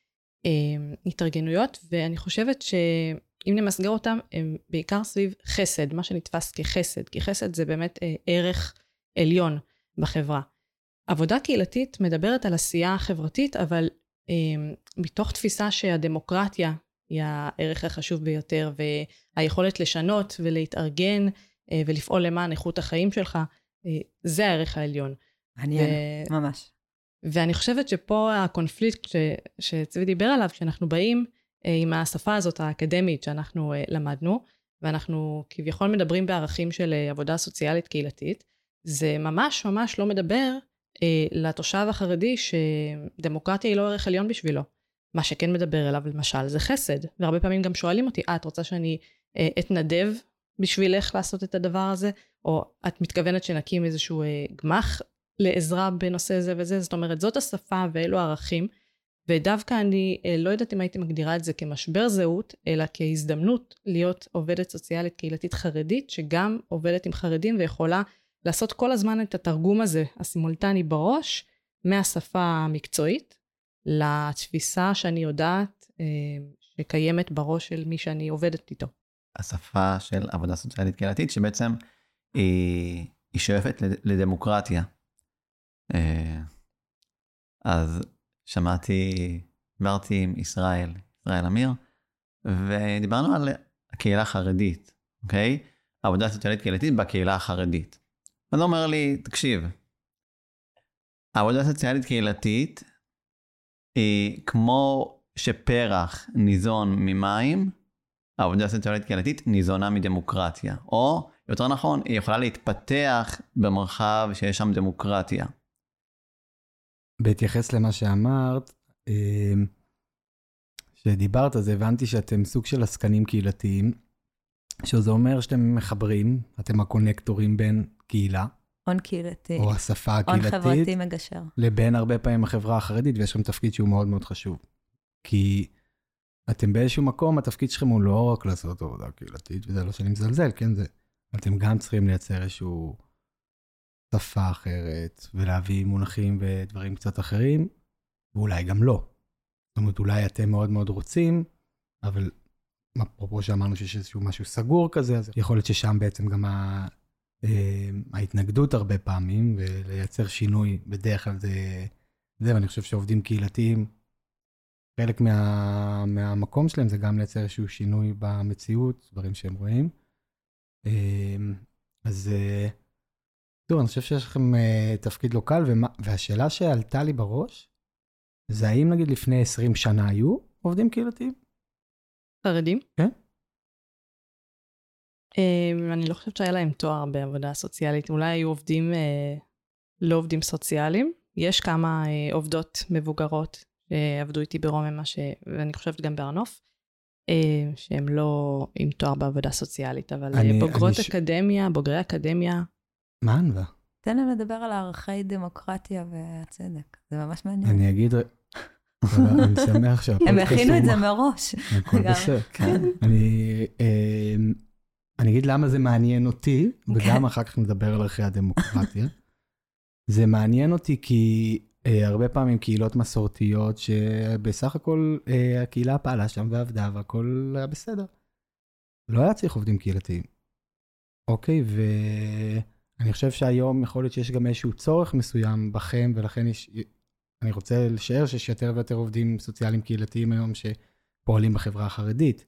התארגנויות, ואני חושבת שאם נמסגר אותם, הם בעיקר סביב חסד, מה שנתפס כחסד, כי חסד זה באמת ערך עליון בחברה. עבודה קהילתית מדברת על עשייה חברתית, אבל מתוך תפיסה שהדמוקרטיה היא הערך החשוב ביותר, והיכולת לשנות ולהתארגן ולפעול למען איכות החיים שלך, זה הערך העליון. מעניין, ממש. ואני חושבת שפה הקונפליקט שצבי דיבר עליו, כשאנחנו באים עם השפה הזאת האקדמית שאנחנו למדנו, ואנחנו כביכול מדברים בערכים של עבודה סוציאלית קהילתית, זה ממש ממש לא מדבר לתושב החרדי שדמוקרטיה היא לא ערך עליון בשבילו. מה שכן מדבר אליו למשל זה חסד, והרבה פעמים גם שואלים אותי, את רוצה שאני אתנדב בשבילך לעשות את הדבר הזה, או את מתכוונת שנקים איזשהו גמח לעזרה בנושא זה וזה, זאת אומרת, זאת השפה ואלו הערכים, ודווקא אני לא יודעת אם הייתי מגדירה את זה כמשבר זהות, אלא כהזדמנות להיות עובדת סוציאלית קהילתית חרדית, שגם עובדת עם חרדים ויכולה לעשות כל הזמן את התרגום הזה, הסימולטני בראש, מהשפה המקצועית, לתפיסה שאני יודעת שקיימת בראש של מי שאני עובדת איתו. השפה של עבודה סוציאלית קהילתית, שבעצם היא שואפת לדמוקרטיה. אז דיברתי עם ישראל אמיר, ודיברנו על הקהילה החרדית, אוקיי? עבודה סוציאלית קהילתית בקהילה החרדית. אז הוא אומר לי, תקשיב, העבודה סוציאלית קהילתית היא כמו שפרח ניזון ממים, העבודה סוציאלית קהילתית ניזונה מדמוקרטיה. או, יותר נכון, היא יכולה להתפתח במרחב שיש שם דמוקרטיה. בהתייחס למה שאמרת, שדיברת, אז הבנתי שאתם סוג של עסקנים קהילתיים, שזה אומר שאתם מחברים, אתם הקונקטורים בין קהילה, הון קהילתי. או השפה הקהילתית, הון חברתי מגשר. לבין הרבה פעמים החברה החרדית, ויש לכם תפקיד שהוא מאוד מאוד חשוב. כי אתם באיזשהו מקום, התפקיד שלכם הוא לא רק לעשות עבודה קהילתית, וזה לא שאני מזלזל, כן? אתם גם צריכים לייצר איזשהו שפה אחרת, ולהביא מונחים ודברים קצת אחרים, ואולי גם לא. זאת אומרת, אולי אתם מאוד מאוד רוצים, אבל אפרופו שאמרנו שיש איזשהו משהו סגור כזה, אז יכול להיות ששם בעצם גם ההתנגדות הרבה פעמים, ולייצר שינוי בדרך כלל זה, ואני חושב שעובדים קהילתיים, חלק מהמקום שלהם זה גם לייצר איזשהו שינוי במציאות, דברים שהם רואים. אז טוב, אני חושב שיש לכם תפקיד לוקל, והשאלה שעלתה לי בראש, זה האם נגיד לפני 20 שנה היו עובדים קהילתיים? חרדים? כן. אני לא חושבת שהיה להם תואר בעבודה סוציאלית, אולי היו עובדים, לא עובדים סוציאליים. יש כמה עובדות מבוגרות שעבדו איתי ברוממה, ואני חושבת גם בארנוף, שהם לא עם תואר בעבודה סוציאלית, אבל בוגרות אקדמיה, בוגרי אקדמיה. מה ענווה? תן להם לדבר על ערכי דמוקרטיה והצדק, זה ממש מעניין. אני אגיד, אני שמח שהפודקאסט הם הכינו את זה מראש. הכל בסדר. אני אגיד למה זה מעניין אותי, וגם אחר כך נדבר על ערכי הדמוקרטיה. זה מעניין אותי כי הרבה פעמים קהילות מסורתיות, שבסך הכל הקהילה פעלה שם ועבדה, והכל היה בסדר. לא היה צריך עובדים קהילתיים. אוקיי, ואני חושב שהיום יכול להיות שיש גם איזשהו צורך מסוים בכם, ולכן אני רוצה לשער שיש יותר ויותר עובדים סוציאליים קהילתיים היום, שפועלים בחברה החרדית.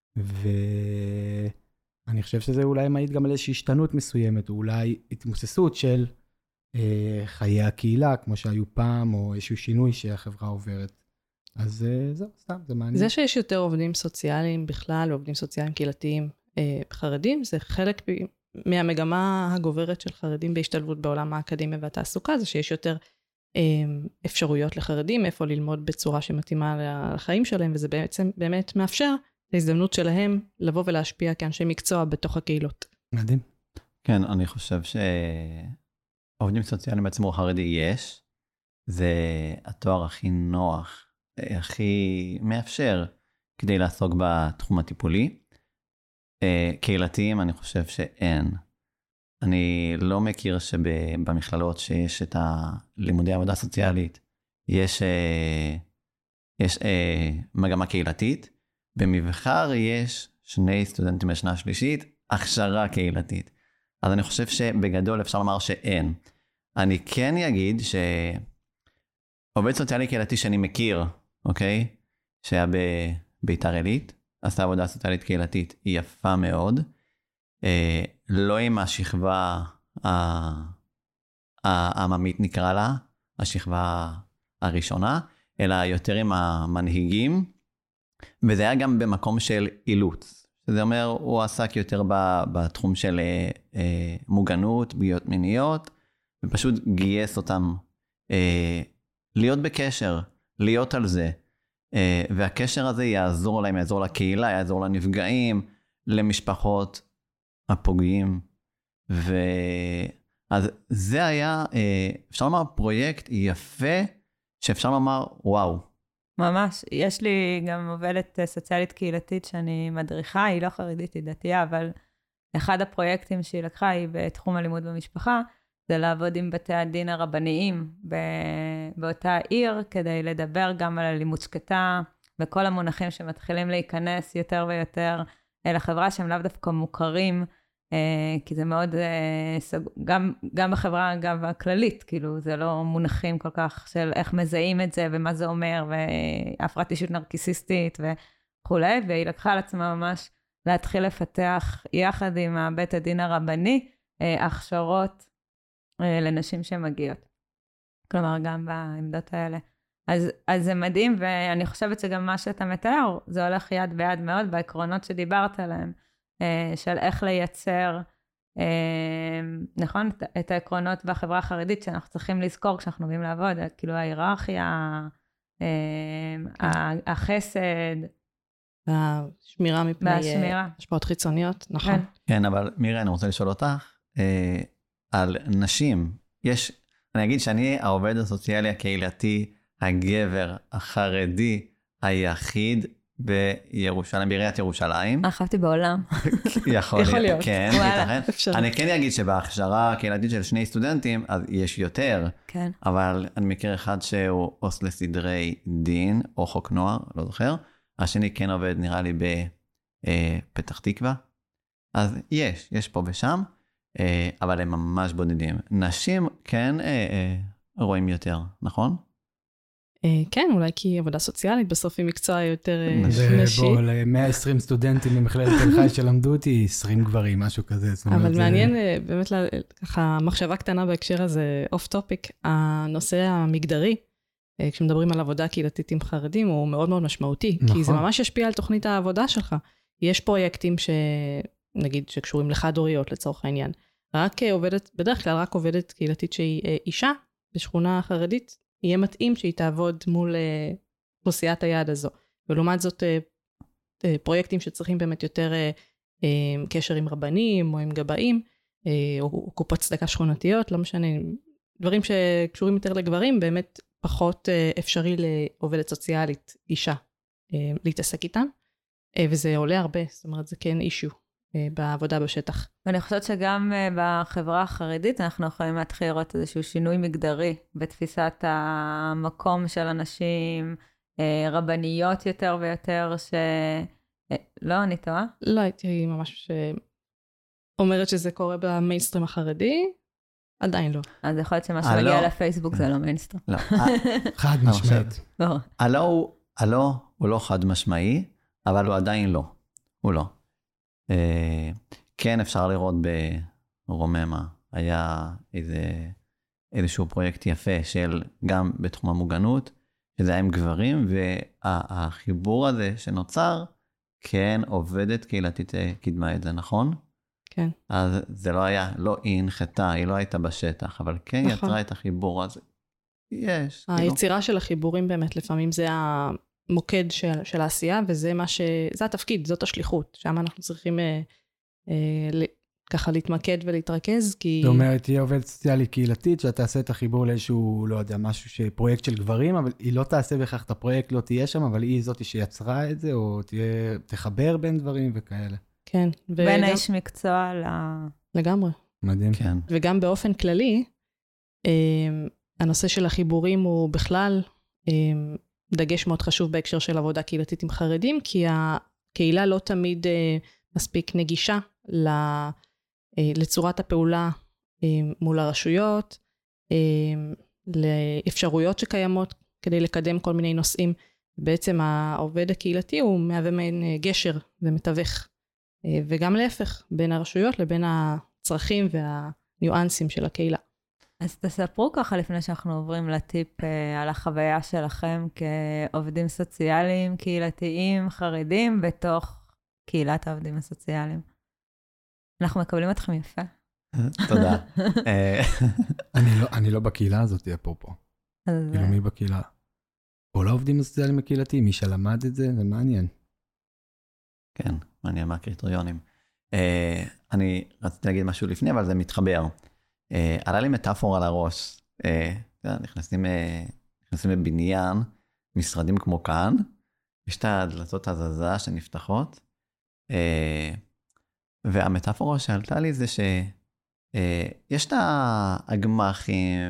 ואני חושב שזה אולי מעיד גם על איזושהי השתנות מסוימת, או אולי התמוססות של חיי הקהילה, כמו שהיו פעם, או איזשהו שינוי שהחברה עוברת. אז זהו, סתם, זה מעניין. זה שיש יותר עובדים סוציאליים בכלל, ועובדים סוציאליים קהילתיים חרדים, זה חלק מהמגמה הגוברת של חרדים בהשתלבות בעולם האקדמיה והתעסוקה, זה שיש יותר אפשרויות לחרדים, איפה ללמוד בצורה שמתאימה לחיים שלהם, וזה בעצם באמת מאפשר את ההזדמנות שלהם לבוא ולהשפיע כאנשי מקצוע בתוך הקהילות. מדהים. כן, אני חושב שעובדים סוציאליים בציבור החרדי יש, זה התואר הכי נוח, הכי מאפשר כדי לעסוק בתחום הטיפולי. קהילתיים אני חושב שאין. אני לא מכיר שבמכללות שיש את הלימודי עבודה סוציאלית, יש מגמה קהילתית. במבחר יש 2 סטודנטים בשנה שלישית, הכשרה קהילתית. אז אני חושב שבגדול אפשר לומר שאין. אני כן אגיד שעובד סוציאלי קהילתי שאני מכיר, אוקיי? שהיה בביתר עילית, עשה עבודה סוציאלית קהילתית, היא יפה מאוד. לא עם השכבה העממית נקרא לה, השכבה הראשונה, אלא יותר עם המנהיגים, וזה היה גם במקום של אילוץ. זה אומר, הוא עסק יותר בתחום של מוגנות, פגיעות מיניות, ופשוט גייס אותם להיות בקשר, להיות על זה. והקשר הזה יעזור להם, יעזור לקהילה, יעזור לנפגעים, למשפחות הפוגעים. אז זה היה, אפשר לומר, פרויקט יפה, שאפשר לומר, וואו. ממש, יש לי גם עובדת סוציאלית קהילתית שאני מדריכה, היא לא חרדית, היא דתייה, אבל אחד הפרויקטים שהיא לקחה, היא בתחום הלימוד במשפחה, זה לעבוד עם בתי הדין הרבניים באותה עיר, כדי לדבר גם על אלימות שקטה, וכל המונחים שמתחילים להיכנס יותר ויותר אל החברה, שהם לאו דווקא מוכרים, כי זה מאוד, גם בחברה, גם הכללית, כאילו זה לא מונחים כל כך של איך מזהים את זה, ומה זה אומר, והפרעת אישיות נרקיסיסטית וכולי, והיא לקחה על עצמה ממש להתחיל לפתח יחד עם בית הדין הרבני, הכשרות לנשים שמגיעות. כלומר, גם בעמדות האלה. אז זה מדהים, ואני חושבת שגם מה שאתה מתאר, זה הולך יד ביד מאוד בעקרונות שדיברת עליהם, של איך לייצר, נכון? את העקרונות בחברה החרדית שאנחנו צריכים לזכור כשאנחנו מביאים לעבוד, כאילו ההיררכיה, החסד. והשמירה מפני השפעות חיצוניות, נכון. כן, אבל מירי, אני רוצה לשאול אותך, על נשים, אני אגיד שאני העובד הסוציאלי הקהילתי, הגבר החרדי היחיד בירושלים, בעיריית ירושלים. חשבתי בעולם. יכול להיות. כן, ייתכן. אני כן אגיד שבהכשרה הקהילתית של 2 סטודנטים, אז יש יותר. כן. אבל אני מכיר אחד שהוא עו"ס לסדרי דין, או חוק נוער, לא זוכר. השני כן עובד, נראה לי, בפתח תקווה. אז יש פה ושם, אבל הם ממש בודדים. נשים כן רואים יותר, נכון? כן, אולי כי עבודה סוציאלית בסוף היא מקצוע יותר נשי. בוא, ל-120 סטודנטים במכללת תל חי שלמדו אותי, 20 גברים, משהו כזה. אבל מעניין, באמת, ככה, מחשבה קטנה בהקשר הזה, אוף טופיק, הנושא המגדרי, כשמדברים על עבודה קהילתית עם חרדים, הוא מאוד מאוד משמעותי, כי זה ממש ישפיע על תוכנית העבודה שלך. יש פרויקטים נגיד, שקשורים לחד-הוריות לצורך העניין. בדרך כלל רק עובדת קהילתית שהיא אישה, בשכונה חרדית, יהיה מתאים שהיא תעבוד מול אוכלוסיית היעד הזו. ולעומת זאת, פרויקטים שצריכים באמת יותר קשר עם רבנים, או עם גבאים, או קופות צדקה שכונתיות, לא משנה, דברים שקשורים יותר לגברים, באמת פחות אפשרי לעובדת סוציאלית אישה להתעסק איתם, וזה עולה הרבה, זאת אומרת, זה כן אישו בעבודה בשטח. ואני חושבת שגם בחברה החרדית אנחנו יכולים להתחיל לראות איזשהו שינוי מגדרי בתפיסת המקום של אנשים רבניות יותר ויותר לא, אני טועה? לא, הייתי ממש אומרת שזה קורה במיינסטרים החרדי, עדיין לא. אז יכול להיות שמה שמגיע לפייסבוק זה לא מיינסטרים. לא. חד משמעית. הלא הוא לא חד משמעי, אבל הוא עדיין לא. הוא לא. כן, אפשר לראות ברוממה, היה איזשהו פרויקט יפה של גם בתחום המוגנות, שזה היה עם גברים, והחיבור הזה שנוצר, כן, עובדת קהילתית קידמה את זה, נכון? כן. אז זה לא היה, לא היא הנחתה, היא לא הייתה בשטח, אבל כן נכון. יצרה את החיבור הזה. יש. היצירה של החיבורים באמת, לפעמים זה המוקד של העשייה, וזה זה התפקיד, זאת השליחות, שם אנחנו צריכים ככה להתמקד ולהתרכז, כי... זאת אומרת, תהיה עובדת סוציאלית קהילתית, שאתה תעשה את החיבור לאיזשהו, לא יודע, משהו פרויקט של גברים, אבל היא לא תעשה בכך את הפרויקט, לא תהיה שם, אבל היא זאת שיצרה את זה, או תחבר בין דברים וכאלה. כן. בין האיש מקצוע לגמרי. מדהים. כן. וגם באופן כללי, הנושא של החיבורים הוא בכלל דגש מאוד חשוב בהקשר של עבודה קהילתית עם חרדים, כי הקהילה לא תמיד מספיק נגישה לצורת הפעולה מול הרשויות, לאפשרויות שקיימות כדי לקדם כל מיני נושאים. בעצם העובד הקהילתי הוא מהווה מעין גשר ומתווך, וגם להפך, בין הרשויות לבין הצרכים והניואנסים של הקהילה. אז תספרו ככה לפני שאנחנו עוברים לטיפ על החוויה שלכם כעובדים סוציאליים, קהילתיים, חרדים, בתוך קהילת העובדים הסוציאליים. אנחנו מקבלים אתכם יפה. תודה. אני לא בקהילה הזאת, אפרופו. כאילו מי בקהילה? כל העובדים הסוציאליים הקהילתיים, מי שלמד את זה, זה מעניין. כן, מעניין מה הקריטריונים. אני רציתי להגיד משהו לפני, אבל זה מתחבר. עלה לי מטאפורה לראש. נכנסים בבניין, משרדים כמו כאן, יש את הדלתות הזזה שנפתחות, והמטאפורה שעלתה לי זה שיש את הגמחים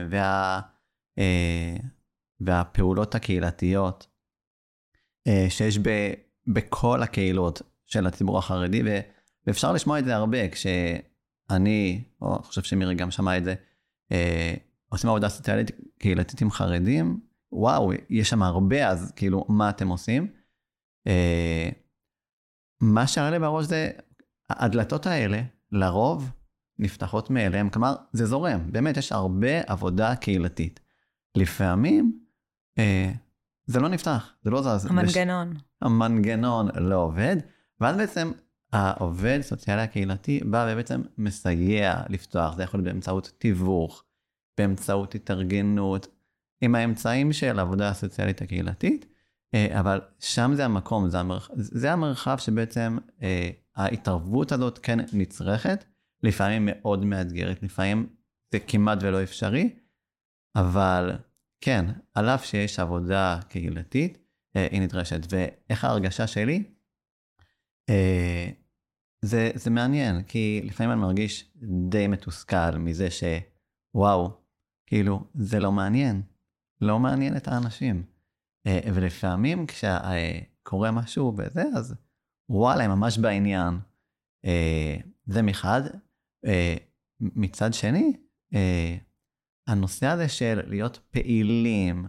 והפעולות הקהילתיות שיש בכל הקהילות של הציבור החרדי, ואפשר לשמוע את זה הרבה, כשאני, או אני חושב שמירי גם שמע את זה, עושים עבודה סוציאלית קהילתית עם חרדים, וואו, יש שם הרבה, אז כאילו, מה אתם עושים? מה שעלה לי בראש זה, הדלתות האלה, לרוב, נפתחות מאליהם, כלומר, זה זורם, באמת יש הרבה עבודה קהילתית. לפעמים, זה לא נפתח, זה לא זז. המנגנון לא עובד, ואז בעצם העובד סוציאלי הקהילתי בא ובעצם מסייע לפתוח, זה יכול להיות באמצעות תיווך, באמצעות התארגנות, עם האמצעים של העבודה הסוציאלית הקהילתית, אבל שם זה המקום, זה המרחב שבעצם ההתערבות הזאת כן נצרכת, לפעמים מאוד מאתגרת, לפעמים זה כמעט ולא אפשרי, אבל כן, על אף שיש עבודה קהילתית, היא נדרשת. ואיך ההרגשה שלי? זה מעניין, כי לפעמים אני מרגיש די מתוסכל מזה שוואו, כאילו, זה לא מעניין. לא מעניין את האנשים. ולפעמים כשקורה משהו בזה, אז וואלה, הם ממש בעניין. זה מחד. מצד שני, הנושא הזה של להיות פעילים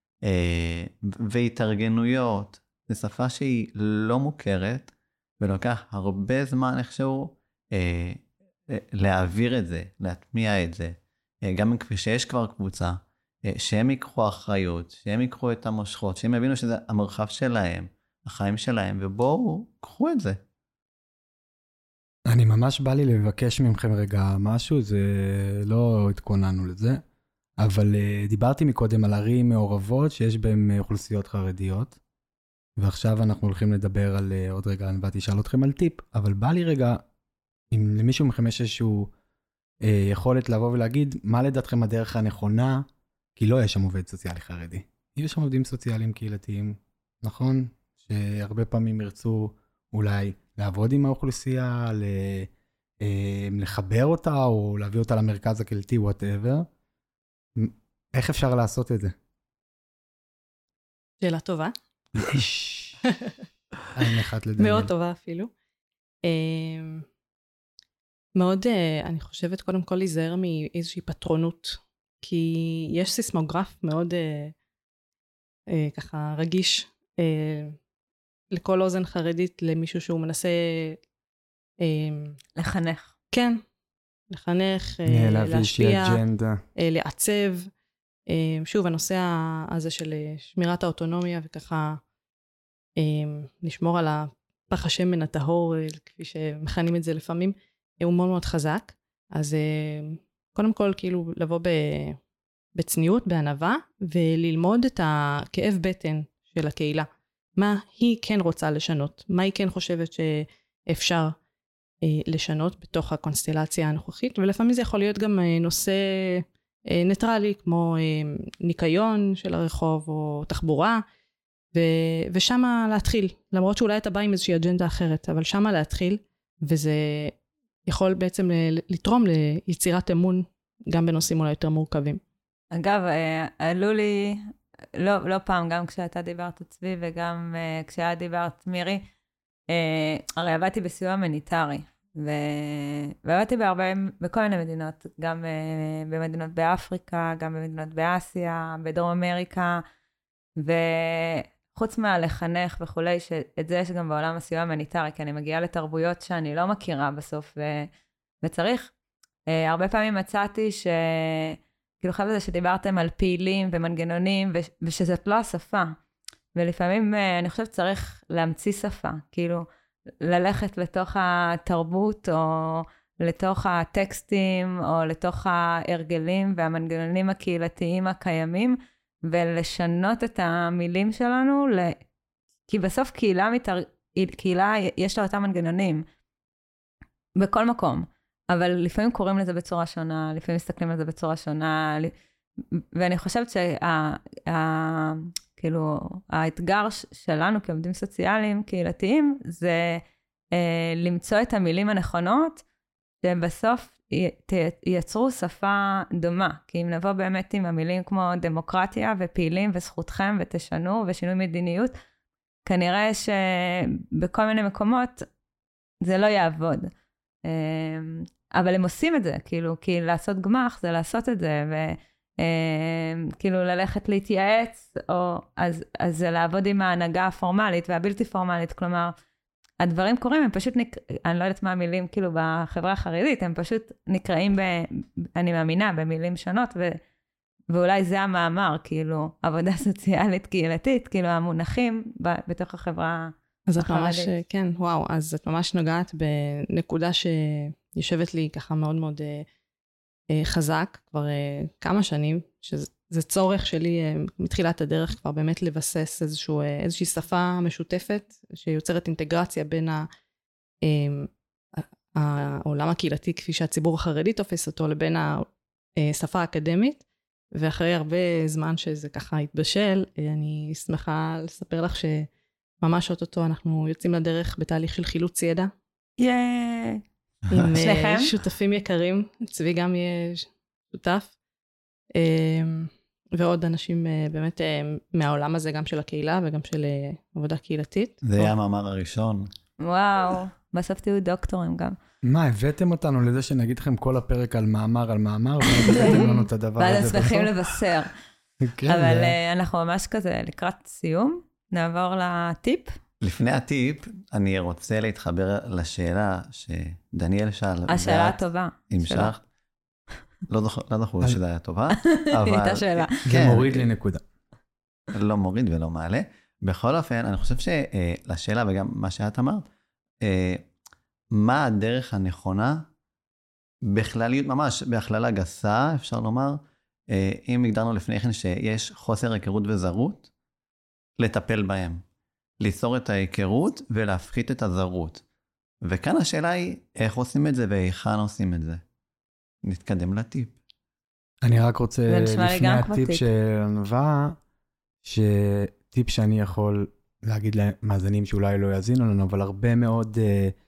והתארגנויות, זו שפה שהיא לא מוכרת, ולוקח הרבה זמן איכשהו להעביר את זה, להטמיע את זה. גם כשיש כבר קבוצה, שהם ייקחו אחריות, שהם ייקחו את המושכות, שהם יבינו שזה המרחב שלהם, החיים שלהם, ובואו, קחו את זה. אני ממש בא לי לבקש ממכם רגע משהו, זה לא התכוננו לזה, אבל דיברתי מקודם על ערים מעורבות שיש בהן אוכלוסיות חרדיות, ועכשיו אנחנו הולכים לדבר על עוד רגע, אני באתי לשאול אתכם על טיפ, אבל בא לי רגע, אם למישהו מכם יש איזשהו יכולת לבוא ולהגיד, מה לדעתכם הדרך הנכונה, כי לא יש שם עובד סוציאלי חרדי. יש שם עובדים סוציאליים קהילתיים, נכון? שהרבה פעמים ירצו אולי לעבוד עם האוכלוסייה, לחבר אותה, או להביא אותה למרכז הקהילתי, whatever. איך אפשר לעשות את זה? שאלה טובה. מאוד טובה אפילו. מאוד, אני חושבת קודם כל להיזהר מאיזושהי פטרונות, כי יש סיסמוגרף מאוד ככה רגיש לכל אוזן חרדית, למישהו שהוא מנסה לחנך. כן, לחנך, להשפיע, לעצב. שוב, הנושא הזה של שמירת האוטונומיה, וככה לשמור על הפח השמן הטהור, כפי שמכנים את זה לפעמים, הוא מאוד מאוד חזק. אז קודם כל, כאילו, לבוא בצניעות, בענווה, וללמוד את הכאב בטן של הקהילה. מה היא כן רוצה לשנות, מה היא כן חושבת שאפשר לשנות בתוך הקונסטלציה הנוכחית, ולפעמים זה יכול להיות גם נושא ניטרלי, כמו ניקיון של הרחוב או תחבורה, ושמה להתחיל, למרות שאולי אתה בא עם איזושהי אג'נדה אחרת, אבל שמה להתחיל, וזה יכול בעצם לתרום ליצירת אמון, גם בנושאים אולי יותר מורכבים. אגב, עלו לי, לא פעם, גם כשאתה דיברת צבי, וגם כשאת דיברת מירי, הרי עבדתי בסיוע הומניטרי, ועבדתי בכל מיני מדינות, גם במדינות באפריקה, גם במדינות באסיה, בדרום אמריקה, וחוץ מהלחנך וכולי, שאת זה יש גם בעולם הסיוע המניטרי, כי אני מגיעה לתרבויות שאני לא מכירה בסוף, וצריך. הרבה פעמים מצאתי כאילו חייב לזה שדיברתם על פעילים ומנגנונים, ושזאת לא השפה. ולפעמים אני חושבת צריך להמציא שפה, כאילו ללכת לתוך התרבות, או לתוך הטקסטים, או לתוך ההרגלים והמנגנונים הקהילתיים הקיימים, ולשנות את המילים שלנו, כי בסוף קהילה יש לה אותם מנגנונים, בכל מקום. אבל לפעמים קוראים לזה בצורה שונה, לפעמים מסתכלים על זה בצורה שונה, ואני חושבת כאילו, האתגר שלנו כעובדים סוציאליים, קהילתיים, זה למצוא את המילים הנכונות, שבסוף ייצרו שפה דומה. כי אם נבוא באמת עם המילים כמו דמוקרטיה ופעילים וזכותכם ותשנו ושינוי מדיניות, כנראה שבכל מיני מקומות זה לא יעבוד. אבל הם עושים את זה, כאילו, כי לעשות גמח זה לעשות את זה, וכאילו ללכת להתייעץ, אז זה לעבוד עם ההנהגה הפורמלית והבלתי פורמלית, כלומר, הדברים קורים, הם פשוט, אני לא יודעת מה המילים, כאילו, בחברה החרדית, הם פשוט נקראים, אני מאמינה, במילים שונות, ואולי זה המאמר, כאילו, עבודה סוציאלית קהילתית, כאילו, המונחים בתוך החברה אז את ממש, כן, וואו, אז את ממש נוגעת בנקודה שיושבת לי ככה מאוד מאוד חזק, כבר כמה שנים, שזה צורך שלי מתחילת הדרך כבר באמת לבסס איזושהי שפה משותפת, שיוצרת אינטגרציה בין העולם הקהילתי, כפי שהציבור החרדי תופס אותו, לבין השפה האקדמית, ואחרי הרבה זמן שזה ככה התבשל, אני שמחה לספר לך ממש אותו, אנחנו יוצאים לדרך בתהליך של חילוץ ידע. עם שותפים יקרים, צבי גם יהיה שותף, ועוד אנשים באמת מהעולם הזה, גם של הקהילה וגם של עבודה קהילתית. זה היה המאמר הראשון. וואו, בסוף תהיו דוקטורים גם. מה, הבאתם אותנו לזה שנגיד לכם כל הפרק על מאמר, והבאתם לנו את הדבר הזה. ואז צריכים לבשר. אבל אנחנו ממש כזה לקראת סיום. נעבור לטיפ. לפני הטיפ, אני רוצה להתחבר לשאלה שדניאל שאל. השאלה הטובה. המשך. לא זכור שזה היה טובה, אבל... הייתה שאלה. זה מוריד לי נקודה. לא מוריד ולא מעלה. בכל אופן, אני חושב שלשאלה וגם מה שאת אמרת, מה הדרך הנכונה, בכלליות, ממש בהכללה גסה, אפשר לומר, אם הגדרנו לפני כן שיש חוסר היכרות וזרות, לטפל בהם, ליצור את ההיכרות ולהפחית את הזרות. וכאן השאלה היא, איך עושים את זה והיכן עושים את זה? נתקדם לטיפ. אני רק רוצה, לפני הטיפ של ענווה, שטיפ שאני יכול להגיד למאזינים שאולי לא יאזינו לנו, אבל הרבה מאוד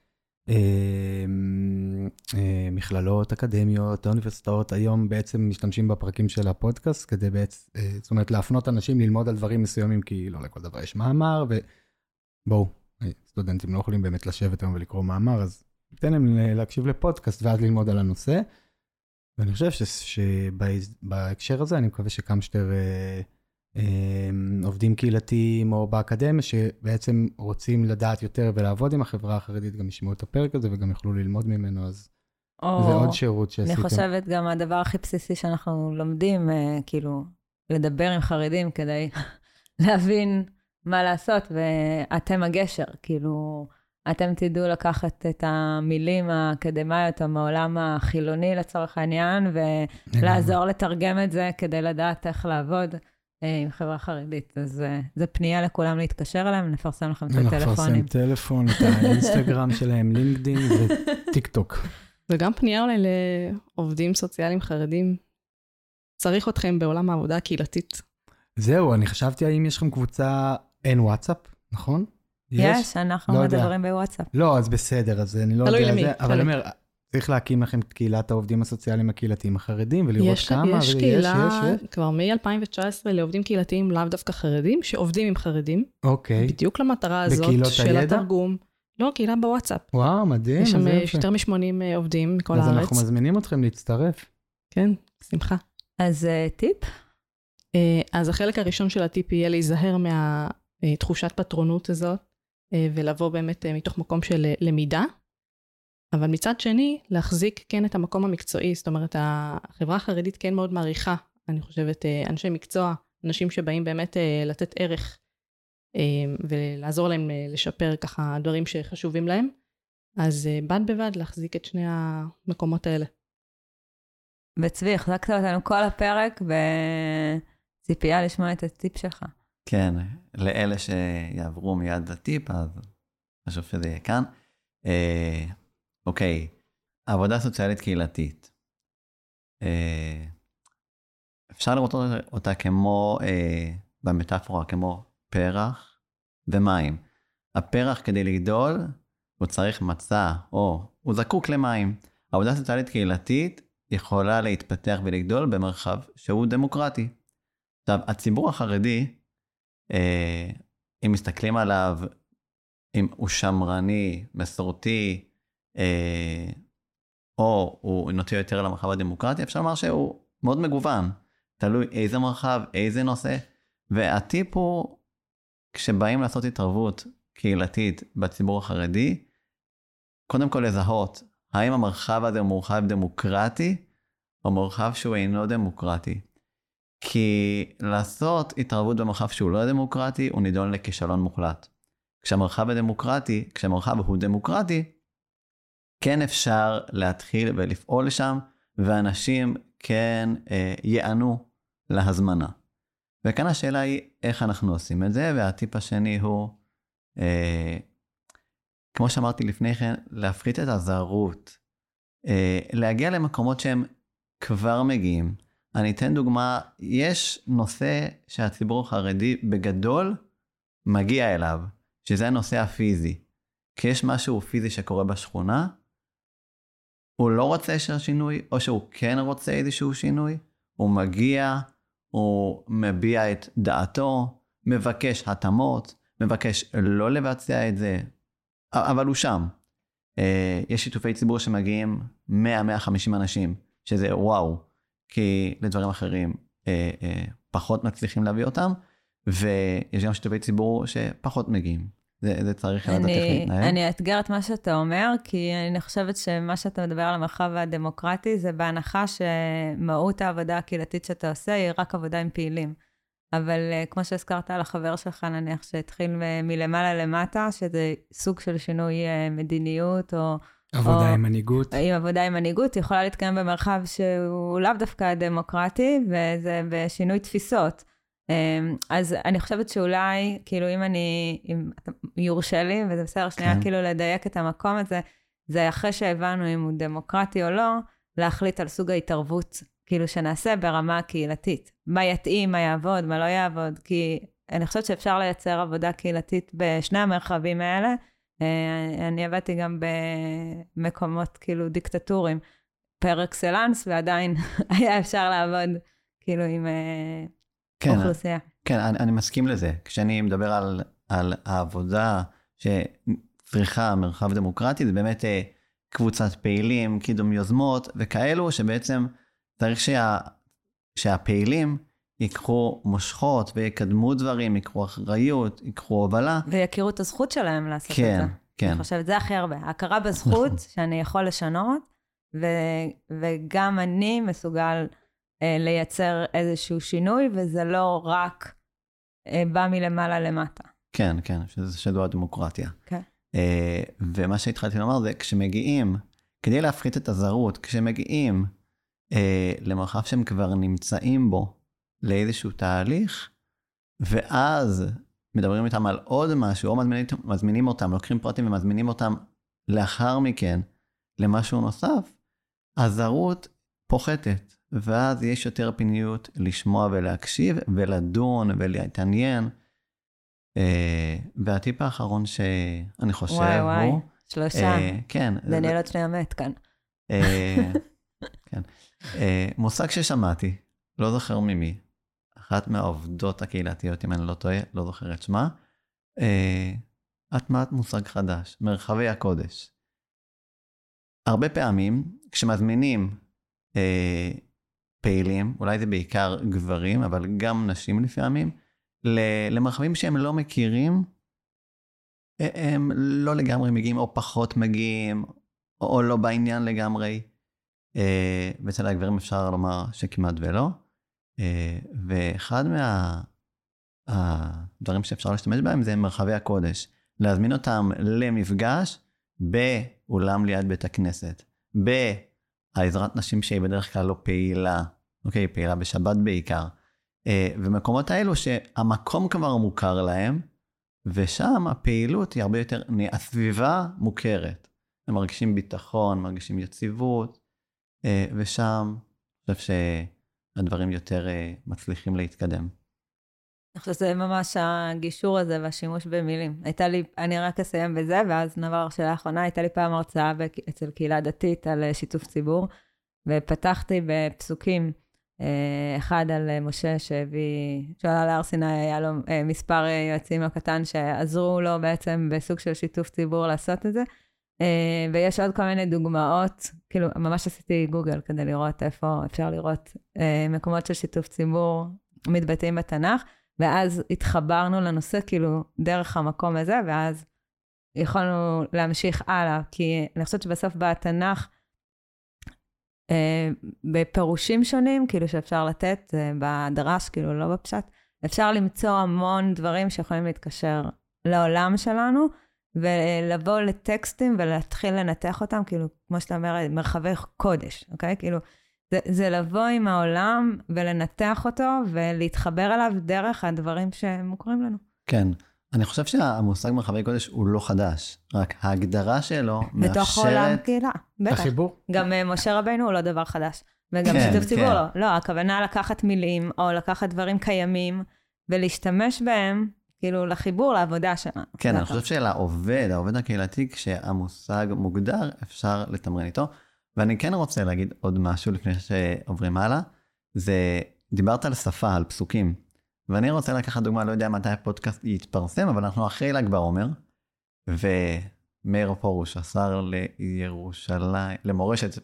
מכללות, אקדמיות, אוניברסיטאות, היום בעצם משתמשים בפרקים של הפודקאסט, כדי בעצם, זאת אומרת, להפנות אנשים ללמוד על דברים מסוימים, כי לא לכל דבר יש מאמר, ובואו, סטודנטים לא יכולים באמת לשבת היום ולקרוא מאמר, אז ניתן להם להקשיב לפודקאסט ואז ללמוד על הנושא, ואני חושב שבהקשר הזה, אני מקווה שכמה שיותר עובדים קהילתיים או באקדמיה, שבעצם רוצים לדעת יותר ולעבוד עם החברה החרדית, גם ישמעו את הפרק הזה וגם יוכלו ללמוד ממנו, אז זה עוד שירות שעשיתם. אני חושבת גם הדבר הכי בסיסי שאנחנו לומדים, כאילו, לדבר עם חרדים כדי להבין מה לעשות, ואתם הגשר, כאילו, אתם תדעו לקחת את המילים האקדמיות מהעולם החילוני לצורך העניין, ולעזור לתרגם את זה כדי לדעת איך לעבוד עם חברה חרדית. אז זה פנייה לכולם להתקשר אליהם, נפרסם לכם את הטלפונים. נפרסם טלפון, את האינסטגרם שלהם, לינקדין וטיק טוק. וגם פנייה אולי לעובדים סוציאליים חרדים, צריך אתכם בעולם העבודה הקהילתית. זהו, אני חשבתי האם יש לכם קבוצה, אין וואטסאפ, נכון? יש, אנחנו מדברים בוואטסאפ. לא, אז בסדר, אז אני לא יודע על זה, אבל אני אומר, צריך להקים לכם את קהילת העובדים הסוציאליים הקהילתיים החרדים, ולראות כמה, יש קהילה, כבר מ-2019 לעובדים קהילתיים לאו דווקא חרדים, שעובדים עם חרדים, אוקיי. בדיוק למטרה הזאת של התרגום, לא, קהילה בוואטסאפ. וואו, מדהים. יש שם יותר מ-80 עובדים מכל הארץ. אז אנחנו מזמינים אתכם להצטרף. כן, שמחה. אז טיפ? אז החלק הראשון של הטיפ יהיה להיזהר מהתחושת פטרונות הזאת, ולבוא באמת מתוך מקום של למידה, אבל מצד שני, להחזיק כן את המקום המקצועי, זאת אומרת, החברה החרדית כן מאוד מעריכה, אני חושבת, אנשי מקצוע, אנשים שבאים באמת לתת ערך, ולעזור להם לשפר ככה דברים שחשובים להם, אז בד בבד להחזיק את שני המקומות האלה. וצבי, החזקת אותנו כל הפרק בציפייה לשמוע את הטיפ שלך. כן, לאלה שיעברו מיד לטיפ, אז חשוב שזה יהיה כאן. אוקיי, עבודה סוציאלית קהילתית. אפשר לראות אותה כמו, במטאפורה, כמו פרח ומים. הפרח כדי לגדול, הוא צריך מצע, או הוא זקוק למים. העבודה סוציאלית קהילתית יכולה להתפתח ולגדול במרחב שהוא דמוקרטי. עכשיו, הציבור החרדי, אם מסתכלים עליו, אם הוא שמרני, מסורתי, או הוא נוטה יותר למרחב הדמוקרטי, אפשר לומר שהוא מאוד מגוון. תלוי איזה מרחב, איזה נושא. והטיפ הוא, כשבאים לעשות התערבות קהילתית בציבור החרדי, קודם כל לזהות, האם המרחב הזה הוא מרחב דמוקרטי, או מרחב שהוא אינו דמוקרטי. כי לעשות התערבות במרחב שהוא לא דמוקרטי, הוא נידון לכישלון מוחלט. כשהמרחב הוא דמוקרטי, כן אפשר להתחיל ולפעול לשם, ואנשים כן יענו להזמנה. וכאן השאלה היא איך אנחנו עושים את זה, והטיפ השני הוא, כמו שאמרתי לפני כן, להפחית את הזהרות, להגיע למקומות שהם כבר מגיעים. אני אתן דוגמה, יש נושא שהציבור החרדי בגדול מגיע אליו, שזה הנושא הפיזי. כי יש משהו פיזי שקורה בשכונה, הוא לא רוצה שינוי, או שהוא כן רוצה איזשהו שינוי, הוא מגיע, הוא מביע את דעתו, מבקש התאמות, מבקש לא לבצע את זה, אבל הוא שם. יש שיתופי ציבור שמגיעים 100-150 אנשים, שזה וואו, כי לדברים אחרים פחות מצליחים להביא אותם, ויש גם שיתופי ציבור שפחות מגיעים. זה צריך לדעת איך להתנהל. אני אתגר את מה שאתה אומר, כי אני חושבת שמה שאתה מדבר על המרחב הדמוקרטי, זה בהנחה שמהות העבודה הקהילתית שאתה עושה, היא רק עבודה עם פעילים. אבל כמו שהזכרת על החבר שלך, נניח שהתחיל מלמעלה למטה, שזה סוג של שינוי מדיניות, או עבודה עם מנהיגות. עבודה עם מנהיגות, יכולה להתקיים במרחב שהוא לאו דווקא דמוקרטי, וזה בשינוי תפיסות. אז אני חושבת שאולי, כאילו אם יורשה לי, וזה בסדר שנייה, כן. כאילו לדייק את המקום הזה, זה אחרי שהבנו אם הוא דמוקרטי או לא, להחליט על סוג ההתערבות, כאילו שנעשה ברמה הקהילתית. מה יתאים, מה יעבוד, מה לא יעבוד, כי אני חושבת שאפשר לייצר עבודה קהילתית בשני המרחבים האלה. אני עבדתי גם במקומות כאילו דיקטטוריים, פר אקסלנס, ועדיין היה אפשר לעבוד כאילו עם אוכלוסייה. כן, אני מסכים לזה. כשאני מדבר על העבודה שצריכה מרחב דמוקרטי, זה באמת קבוצת פעילים, קידום יוזמות וכאלו, שבעצם צריך שהפעילים ייקחו מושכות ויקדמו דברים, יקחו אחריות, יקחו הובלה. ויכירו את הזכות שלהם לעשות את זה. כן, כן. אני חושבת, זה הכי הרבה. הכרה בזכות שאני יכול לשנות, וגם אני מסוגל לייצר איזשהו שינוי, וזה לא רק בא מלמעלה למטה. כן, כן, שזו הדמוקרטיה. כן. ומה שהתחלתי לומר זה, כשמגיעים, כדי להפחית את הזרות, כשמגיעים למרחב שהם כבר נמצאים בו, לאיזשהו תהליך, ואז מדברים איתם על עוד משהו, או מזמינים אותם, לוקחים פרטים ומזמינים אותם לאחר מכן למשהו נוסף, הזרות פוחתת, ואז יש יותר פניות לשמוע ולהקשיב, ולדון ולהתעניין. והטיפ האחרון שאני חושב וואי, הוא... 3. כן. דניאל עוד שנייה מת כאן. כן. מושג ששמעתי, לא זוכר ממי, אחת מהעובדות הקהילתיות, אם אני לא טועה, לא זוכר את שמה, הטמעת מושג חדש, מרחבי הקודש. הרבה פעמים, כשמזמינים פעילים, אולי זה בעיקר גברים, אבל גם נשים לפעמים, למרחבים שהם לא מכירים, הם לא לגמרי מגיעים, או פחות מגיעים, או לא בעניין לגמרי. ואצל הגברים אפשר לומר שכמעט ולא. ואחד מהדברים שאפשר להשתמש בהם זה מרחבי הקודש. להזמין אותם למפגש באולם ליד בית הכנסת. בעזרת נשים שהיא בדרך כלל לא פעילה. אוקיי, פעילה בשבת בעיקר. ומקומות האלו שהמקום כבר מוכר להם, ושם הפעילות היא הרבה יותר, הסביבה מוכרת. הם מרגישים ביטחון, מרגישים יציבות, ושם אני חושב שהדברים יותר מצליחים להתקדם. אני חושבת שזה ממש הגישור הזה והשימוש במילים. הייתה לי, אני רק אסיים בזה, ואז נעבור לשאלה האחרונה, הייתה לי פעם הרצאה אצל קהילה דתית על שיתוף ציבור, ופתחתי בפסוקים, אחד על משה שעלה להר סיני, היה לו מספר יועצים הקטן שעזרו לו בעצם בסוג של שיתוף ציבור לעשות את זה, ויש עוד כל מיני דוגמאות, כאילו ממש עשיתי גוגל כדי לראות איפה אפשר לראות מקומות של שיתוף ציבור מתבטאים בתנ"ך, ואז התחברנו לנושא כאילו דרך המקום הזה, ואז יכולנו להמשיך הלאה, כי אני חושבת שבסוף בתנ"ך, בפירושים שונים, כאילו שאפשר לתת, בדרש, כאילו לא בפשט, אפשר למצוא המון דברים שיכולים להתקשר לעולם שלנו, ולבוא לטקסטים ולהתחיל לנתח אותם, כאילו, כמו שאתה אומר, מרחבי קודש, אוקיי? כאילו, זה לבוא עם העולם ולנתח אותו, ולהתחבר אליו דרך הדברים שמוכרים לנו. כן. אני חושב שהמושג מרחבי קודש הוא לא חדש, רק ההגדרה שלו מאפשרת... בתוך עולם קהילה, בטח. החיבור. גם משה רבינו הוא לא דבר חדש, וגם כן, שיתוף ציבור כן. לא. לא, הכוונה לקחת מילים, או לקחת דברים קיימים, ולהשתמש בהם, כאילו לחיבור, לעבודה שלנו. כן, אני חושב העובד הקהילתי, כשהמושג מוגדר, אפשר לתמרן איתו. ואני כן רוצה להגיד עוד משהו לפני שעוברים הלאה, זה, דיברת על שפה, על פסוקים. ואני רוצה לקחת דוגמה, לא יודע מתי הפודקאסט יתפרסם, אבל אנחנו אחרי ל"ג בעומר, ומאיר פרוש, השר לירושלים, למורשת,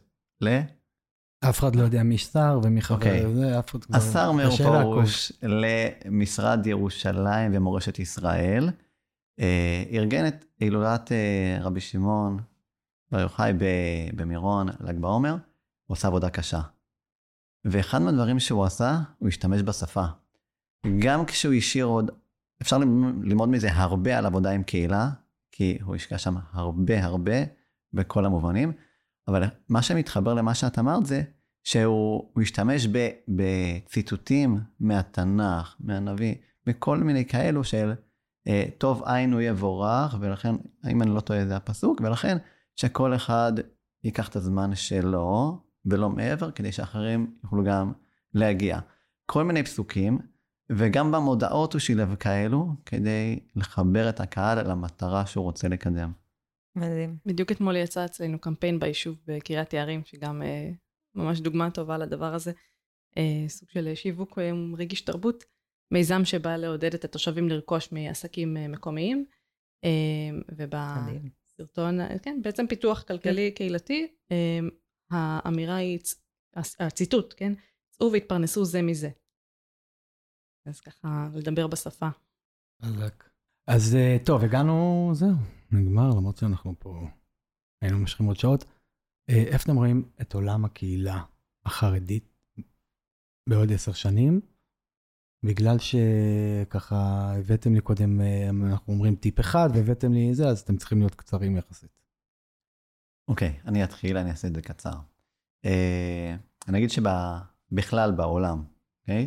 אף אחד לא יודע מי שר ומי חבר זה, אף אחד כבר... השר מאיר פרוש למשרד ירושלים ומורשת ישראל, ארגן את הילולת רבי שמעון בר יוחאי במירון, ל"ג בעומר, הוא עושה עבודה קשה. ואחד מהדברים שהוא עשה, הוא השתמש בשפה. גם כשהוא השאיר עוד, אפשר ללמוד מזה הרבה על עבודה עם קהילה, כי הוא השקע שם הרבה בכל המובנים, אבל מה שמתחבר למה שאת אמרת זה, שהוא השתמש בציטוטים מהתנ"ך, מהנביא, בכל מיני כאלו של טוב עין הוא יבורך, ולכן, אם אני לא טועה זה הפסוק, ולכן שכל אחד ייקח את הזמן שלו, ולא מעבר, כדי שאחרים יוכלו גם להגיע. כל מיני פסוקים, וגם במודעות הוא שילב כאלו, כדי לחבר את הקהל למטרה שהוא רוצה לקדם. מדהים. בדיוק אתמול יצא אצלנו קמפיין ביישוב בקריית יערים, שגם ממש דוגמה טובה לדבר הזה, סוג של שיווק רגיש תרבות, מיזם שבא לעודד את התושבים לרכוש מעסקים מקומיים, ובסרטון, כן, בעצם פיתוח כלכלי קהילתי, האמירה היא, הציטוט, כן, צאו והתפרנסו זה מזה. אז ככה, לדבר בשפה. אז טוב, הגענו, זהו, נגמר, למרות שאנחנו פה היינו משכים עוד שעות. איפה אתם רואים את עולם הקהילה החרדית בעוד 10 שנים? בגלל שככה הבאתם לי קודם, אנחנו אומרים טיפ אחד, והבאתם לי זה, אז אתם צריכים להיות קצרים יחסית. אוקיי, אני אתחיל, אני אעשה את זה קצר. אני אגיד שבכלל בעולם, אוקיי?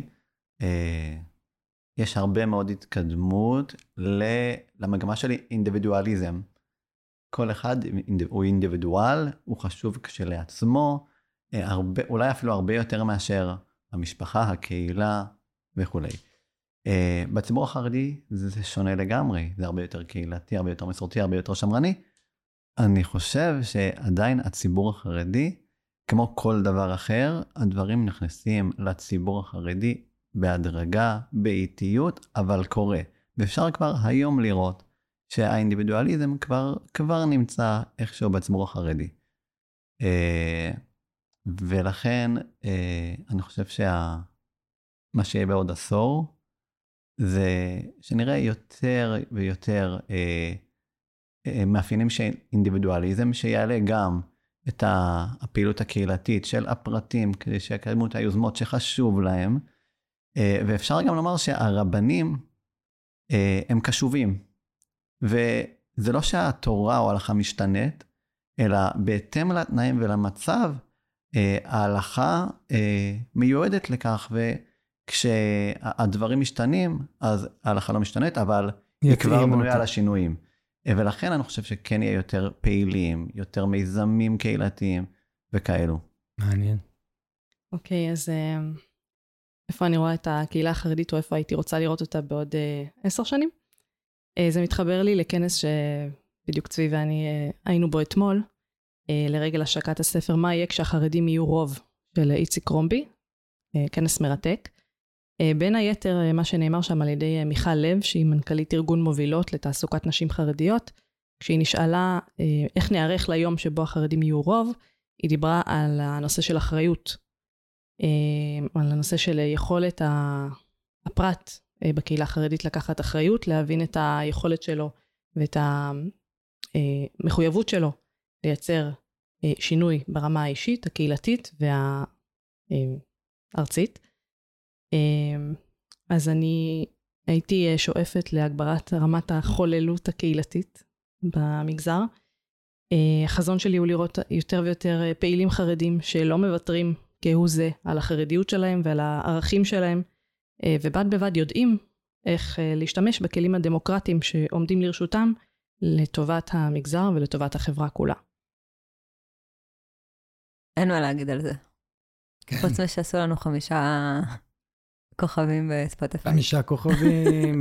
יש הרבה מאוד התקדמות למגמה של אינדיבידואליזם. כל אחד הוא אינדיבידואל, הוא חשוב כשלעצמו, אולי אפילו הרבה יותר מאשר המשפחה, הקהילה וכו'. בציבור החרדי זה שונה לגמרי, זה הרבה יותר קהילתי, הרבה יותר מסורתי, הרבה יותר שמרני. אני חושב שעדיין הציבור החרדי, כמו כל דבר אחר, הדברים נכנסים לציבור החרדי בהדרגה, באיטיות, אבל קורה. ואפשר כבר היום לראות שהאינדיבידואליזם כבר נמצא איכשהו בציבור החרדי. ולכן אני חושב מה שיהיה בעוד עשור, זה שנראה יותר ויותר מאפיינים של אינדיבידואליזם, שיעלה גם את הפעילות הקהילתית של הפרטים, כדי שיקדמו את היוזמות שחשוב להם, ואפשר גם לומר שהרבנים הם קשובים, וזה לא שהתורה או ההלכה משתנית, אלא בהתאם לתנאים ולמצב, ההלכה מיועדת לכך, וכשהדברים משתנים, אז ההלכה לא משתנית, אבל היא כבר בנויה על השינויים. ולכן אני חושב שכן יהיה יותר פעילים, יותר מיזמים קהילתיים וכאלו. מעניין. אוקיי, אז איפה אני רואה את הקהילה החרדית, או איפה הייתי רוצה לראות אותה בעוד 10 שנים? זה מתחבר לי לכנס שבדיוק צבי ואני היינו בו אתמול, לרגל השקת הספר מה יהיה כשהחרדים יהיו רוב, של איציק קרומבי, כנס מרתק. בין היתר מה שנאמר שם על ידי מיכל לב, שהיא מנכ"לית ארגון מובילות לתעסוקת נשים חרדיות, כשהיא נשאלה איך נערך ליום שבו החרדים יהיו רוב, היא דיברה על הנושא של אחריות, על הנושא של יכולת הפרט בקהילה החרדית לקחת אחריות, להבין את היכולת שלו ואת המחויבות שלו לייצר שינוי ברמה האישית, הקהילתית והארצית. אז אני הייתי שואפת להגברת רמת החוללות הקהילתית במגזר. החזון שלי הוא לראות יותר ויותר פעילים חרדים שלא מוותרים כהוא זה על החרדיות שלהם ועל הערכים שלהם, ובד בבד יודעים איך להשתמש בכלים הדמוקרטיים שעומדים לרשותם לטובת המגזר ולטובת החברה כולה. אין מה להגיד על זה. כן. חוץ שעשו לנו 5 כוכבים בספוטיפיי. 5 כוכבים,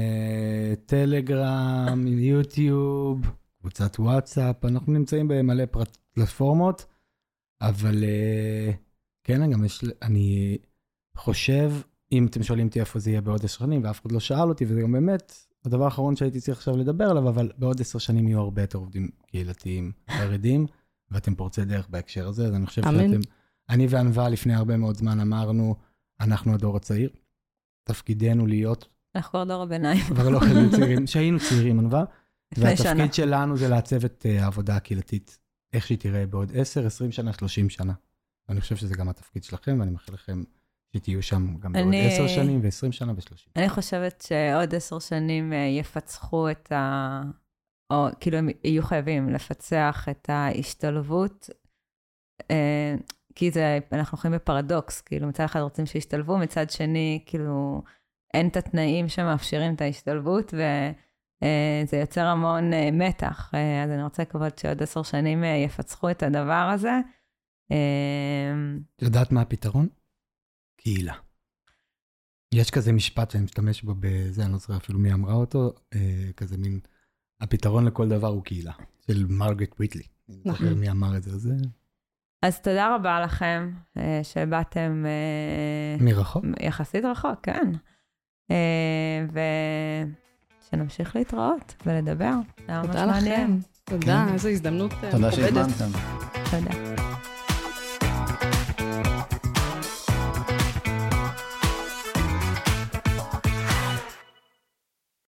טלגרם, יוטיוב, קבוצת וואטסאפ, אנחנו נמצאים במלא פלטפורמות, אבל כן, גם אני חושב, אם אתם שואלים אותי איפה זה יהיה בעוד 10 שנים, ואף אחד לא שאל אותי, וזה גם באמת הדבר האחרון שהייתי צריך עכשיו לדבר עליו, אבל בעוד 10 שנים יהיו הרבה יותר עובדים קהילתיים חרדים, ואתם פורצי דרך בהקשר הזה, אז אני חושב שאתם, אני וענווה לפני הרבה מאוד זמן אמרנו, אנחנו הדור הצעיר, תפקידנו להיות, אנחנו כבר דור הביניים. כבר לא חייבים צעירים, שהיינו צעירים, ענווה, והתפקיד שלנו זה לעצב את העבודה הקהילתית, איך שהיא תראה בעוד 10, 20 שנה, 30 שנה. ואני חושב שזה גם התפקיד שלכם, ואני מאחל לכם שתהיו שם גם בעוד 10 שנים, ו20 שנה ו30. אני חושבת שעוד 10 שנים יפצחו את או כאילו הם יהיו חייבים לפצח את ההשתלבות, כי אנחנו חיים בפרדוקס, כאילו מצד אחד רוצים שישתלבו, מצד שני כאילו אין את התנאים שמאפשרים את ההשתלבות, וזה יוצר המון מתח, אז אני רוצה לקוות שעוד 10 שנים יפצחו את הדבר הזה. יודעת מה הפתרון? קהילה. יש כזה משפט שאני משתמש בו בזה, אני לא זוכר אפילו מי אמרה אותו, כזה מין, הפתרון לכל דבר הוא קהילה, של מרגרט ויטלי. אני לא זוכר מי אמר את זה. אז תודה רבה לכם שבאתם מרחוק? יחסית רחוק, כן. ושנמשיך להתראות ולדבר. תודה לכם. תודה, איזו הזדמנות מכובדת. תודה שהזמנתם. תודה.